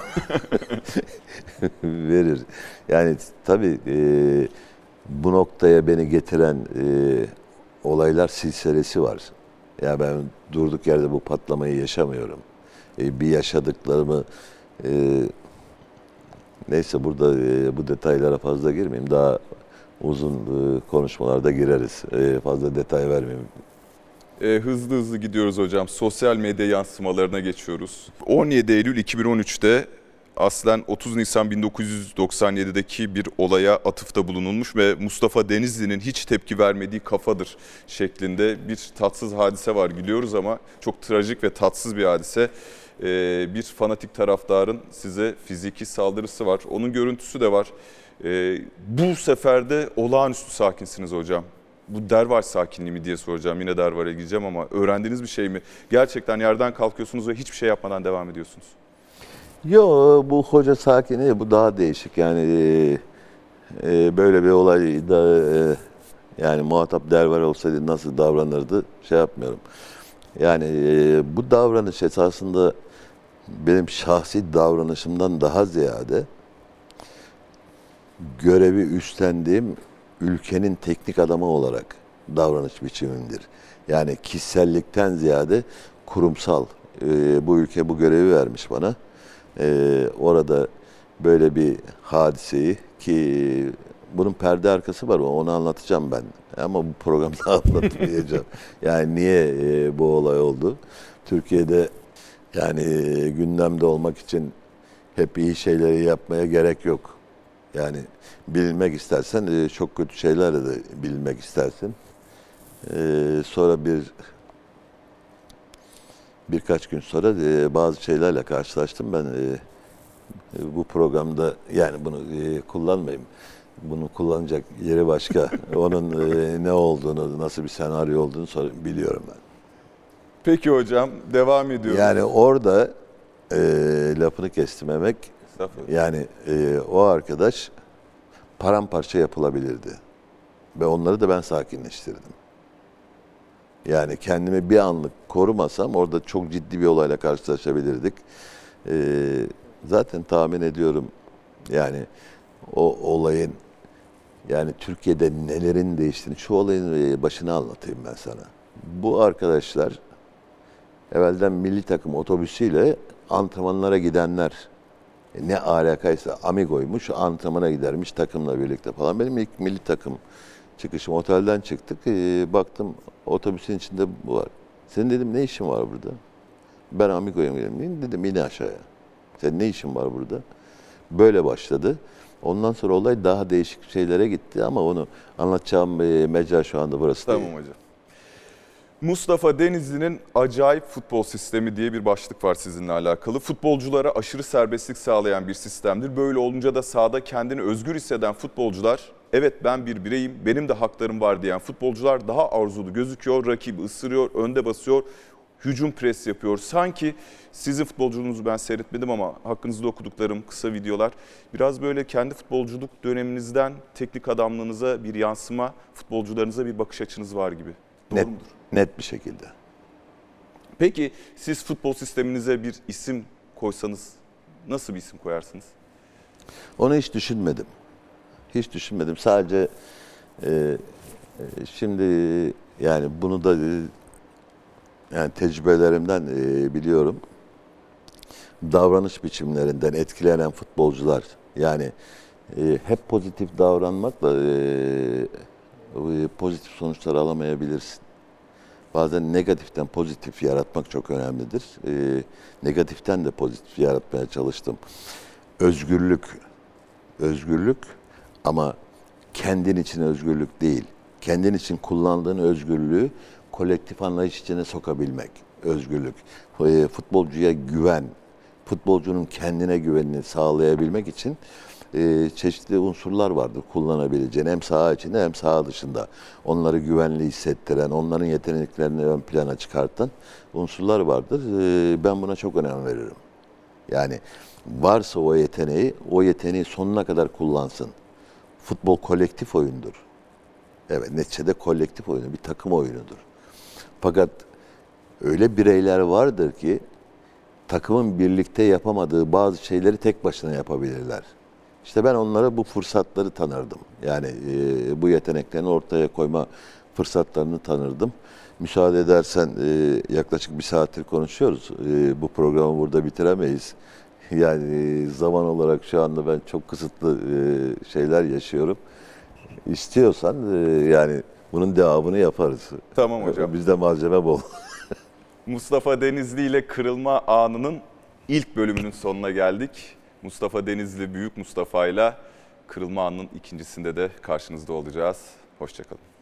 verir. Yani tabii bu noktaya beni getiren olaylar silsilesi var. Yani ben durduk yerde bu patlamayı yaşamıyorum. Bir yaşadıklarımı neyse burada bu detaylara fazla girmeyeyim. Daha uzun konuşmalarda gireriz. Fazla detay vermeyeyim. Hızlı hızlı gidiyoruz hocam. Sosyal medya yansımalarına geçiyoruz. 17 Eylül 2013'te aslen 30 Nisan 1997'deki bir olaya atıfta bulunulmuş ve Mustafa Denizli'nin hiç tepki vermediği kafadır şeklinde bir tatsız hadise var. Gülüyoruz ama çok trajik ve tatsız bir hadise. Bir fanatik taraftarın size fiziki saldırısı var. Onun görüntüsü de var. Bu sefer de olağanüstü sakinsiniz hocam. Bu Dervar sakinliği mi diye soracağım. Yine Dervar'a gideceğim ama öğrendiğiniz bir şey mi? Gerçekten yerden kalkıyorsunuz ve hiçbir şey yapmadan devam ediyorsunuz. Yo, bu hoca sakinliği bu daha değişik. Yani böyle bir olay da yani muhatap Dervar olsaydı nasıl davranırdı şey yapmıyorum. Yani bu davranış esasında benim şahsi davranışımdan daha ziyade görevi üstlendiğim ülkenin teknik adamı olarak davranış biçimimdir. Yani kişisellikten ziyade kurumsal. Bu ülke bu görevi vermiş bana. Orada böyle bir hadiseyi ki bunun perde arkası var, onu anlatacağım ben. Ama bu programda anlatmayacağım. Yani niye bu olay oldu? Türkiye'de yani gündemde olmak için hep iyi şeyleri yapmaya gerek yok. Yani bilmek istersen çok kötü şeylerle de bilmek istersin. Sonra birkaç gün sonra bazı şeylerle karşılaştım. Ben bu programda yani bunu kullanmayayım. Bunu kullanacak yeri başka. Onun ne olduğunu, nasıl bir senaryo olduğunu biliyorum ben. Peki hocam, devam ediyoruz. Yani orada lafını kestim Emek. Yani o arkadaş paramparça yapılabilirdi. Ve onları da ben sakinleştirdim. Yani kendimi bir anlık korumasam orada çok ciddi bir olayla karşılaşabilirdik. Zaten tahmin ediyorum yani o olayın yani Türkiye'de nelerin değiştiğini, şu olayın başını anlatayım ben sana. Bu arkadaşlar evvelden milli takım otobüsüyle antrenmanlara gidenler. Ne alakaysa Amigo'ymuş, antrenmana gidermiş takımla birlikte falan. Benim ilk milli takım çıkışım, otelden çıktık. Baktım otobüsün içinde bu var. Senin dedim ne işin var burada? Ben Amigo'ya gidelim dedim, in aşağıya. Senin ne işin var burada? Böyle başladı. Ondan sonra olay daha değişik şeylere gitti ama onu anlatacağım mecra şu anda burası değil. Tamam hocam. Mustafa Denizli'nin acayip futbol sistemi diye bir başlık var sizinle alakalı. Futbolculara aşırı serbestlik sağlayan bir sistemdir. Böyle olunca da sahada kendini özgür hisseden futbolcular, evet ben bir bireyim, benim de haklarım var diyen futbolcular daha arzulu gözüküyor. Rakibi ısırıyor, önde basıyor, hücum pres yapıyor. Sanki sizin futbolculuğunuzu ben seyretmedim ama hakkınızda okuduklarım kısa videolar. Biraz böyle kendi futbolculuk döneminizden teknik adamlığınıza bir yansıma, futbolcularınıza bir bakış açınız var gibi. Doğru mudur? Net bir şekilde. Peki siz futbol sisteminize bir isim koysanız nasıl bir isim koyarsınız? Onu hiç düşünmedim. Hiç düşünmedim. Sadece şimdi yani bunu da yani tecrübelerimden biliyorum. Davranış biçimlerinden etkilenen futbolcular yani hep pozitif davranmakla pozitif sonuçlar alamayabilirsin. Bazen negatiften pozitif yaratmak çok önemlidir. Negatiften de pozitif yaratmaya çalıştım. Özgürlük ama kendin için özgürlük değil. Kendin için kullandığın özgürlüğü kolektif anlayış içine sokabilmek. Özgürlük. Futbolcuya güven, futbolcunun kendine güvenini sağlayabilmek için çeşitli unsurlar vardır kullanabileceğin. Hem saha içinde hem saha dışında. Onları güvenli hissettiren, onların yeteneklerini ön plana çıkartan unsurlar vardır. Ben buna çok önem veririm. Yani varsa o yeteneği sonuna kadar kullansın. Futbol kolektif oyundur. Evet, neticede kolektif oyunu, bir takım oyunudur. Fakat öyle bireyler vardır ki takımın birlikte yapamadığı bazı şeyleri tek başına yapabilirler. İşte ben onlara bu fırsatları tanırdım. Yani bu yeteneklerini ortaya koyma fırsatlarını tanırdım. Müsaade edersen yaklaşık bir saattir konuşuyoruz. Bu programı burada bitiremeyiz. Yani zaman olarak şu anda ben çok kısıtlı şeyler yaşıyorum. İstiyorsan yani bunun devamını yaparız. Tamam hocam. Bizde malzeme bol. Mustafa Denizli ile Kırılma Anı'nın ilk bölümünün sonuna geldik. Mustafa Denizli, Büyük Mustafa ile Kırılma Anı'nın ikincisinde de karşınızda olacağız. Hoşça kalın.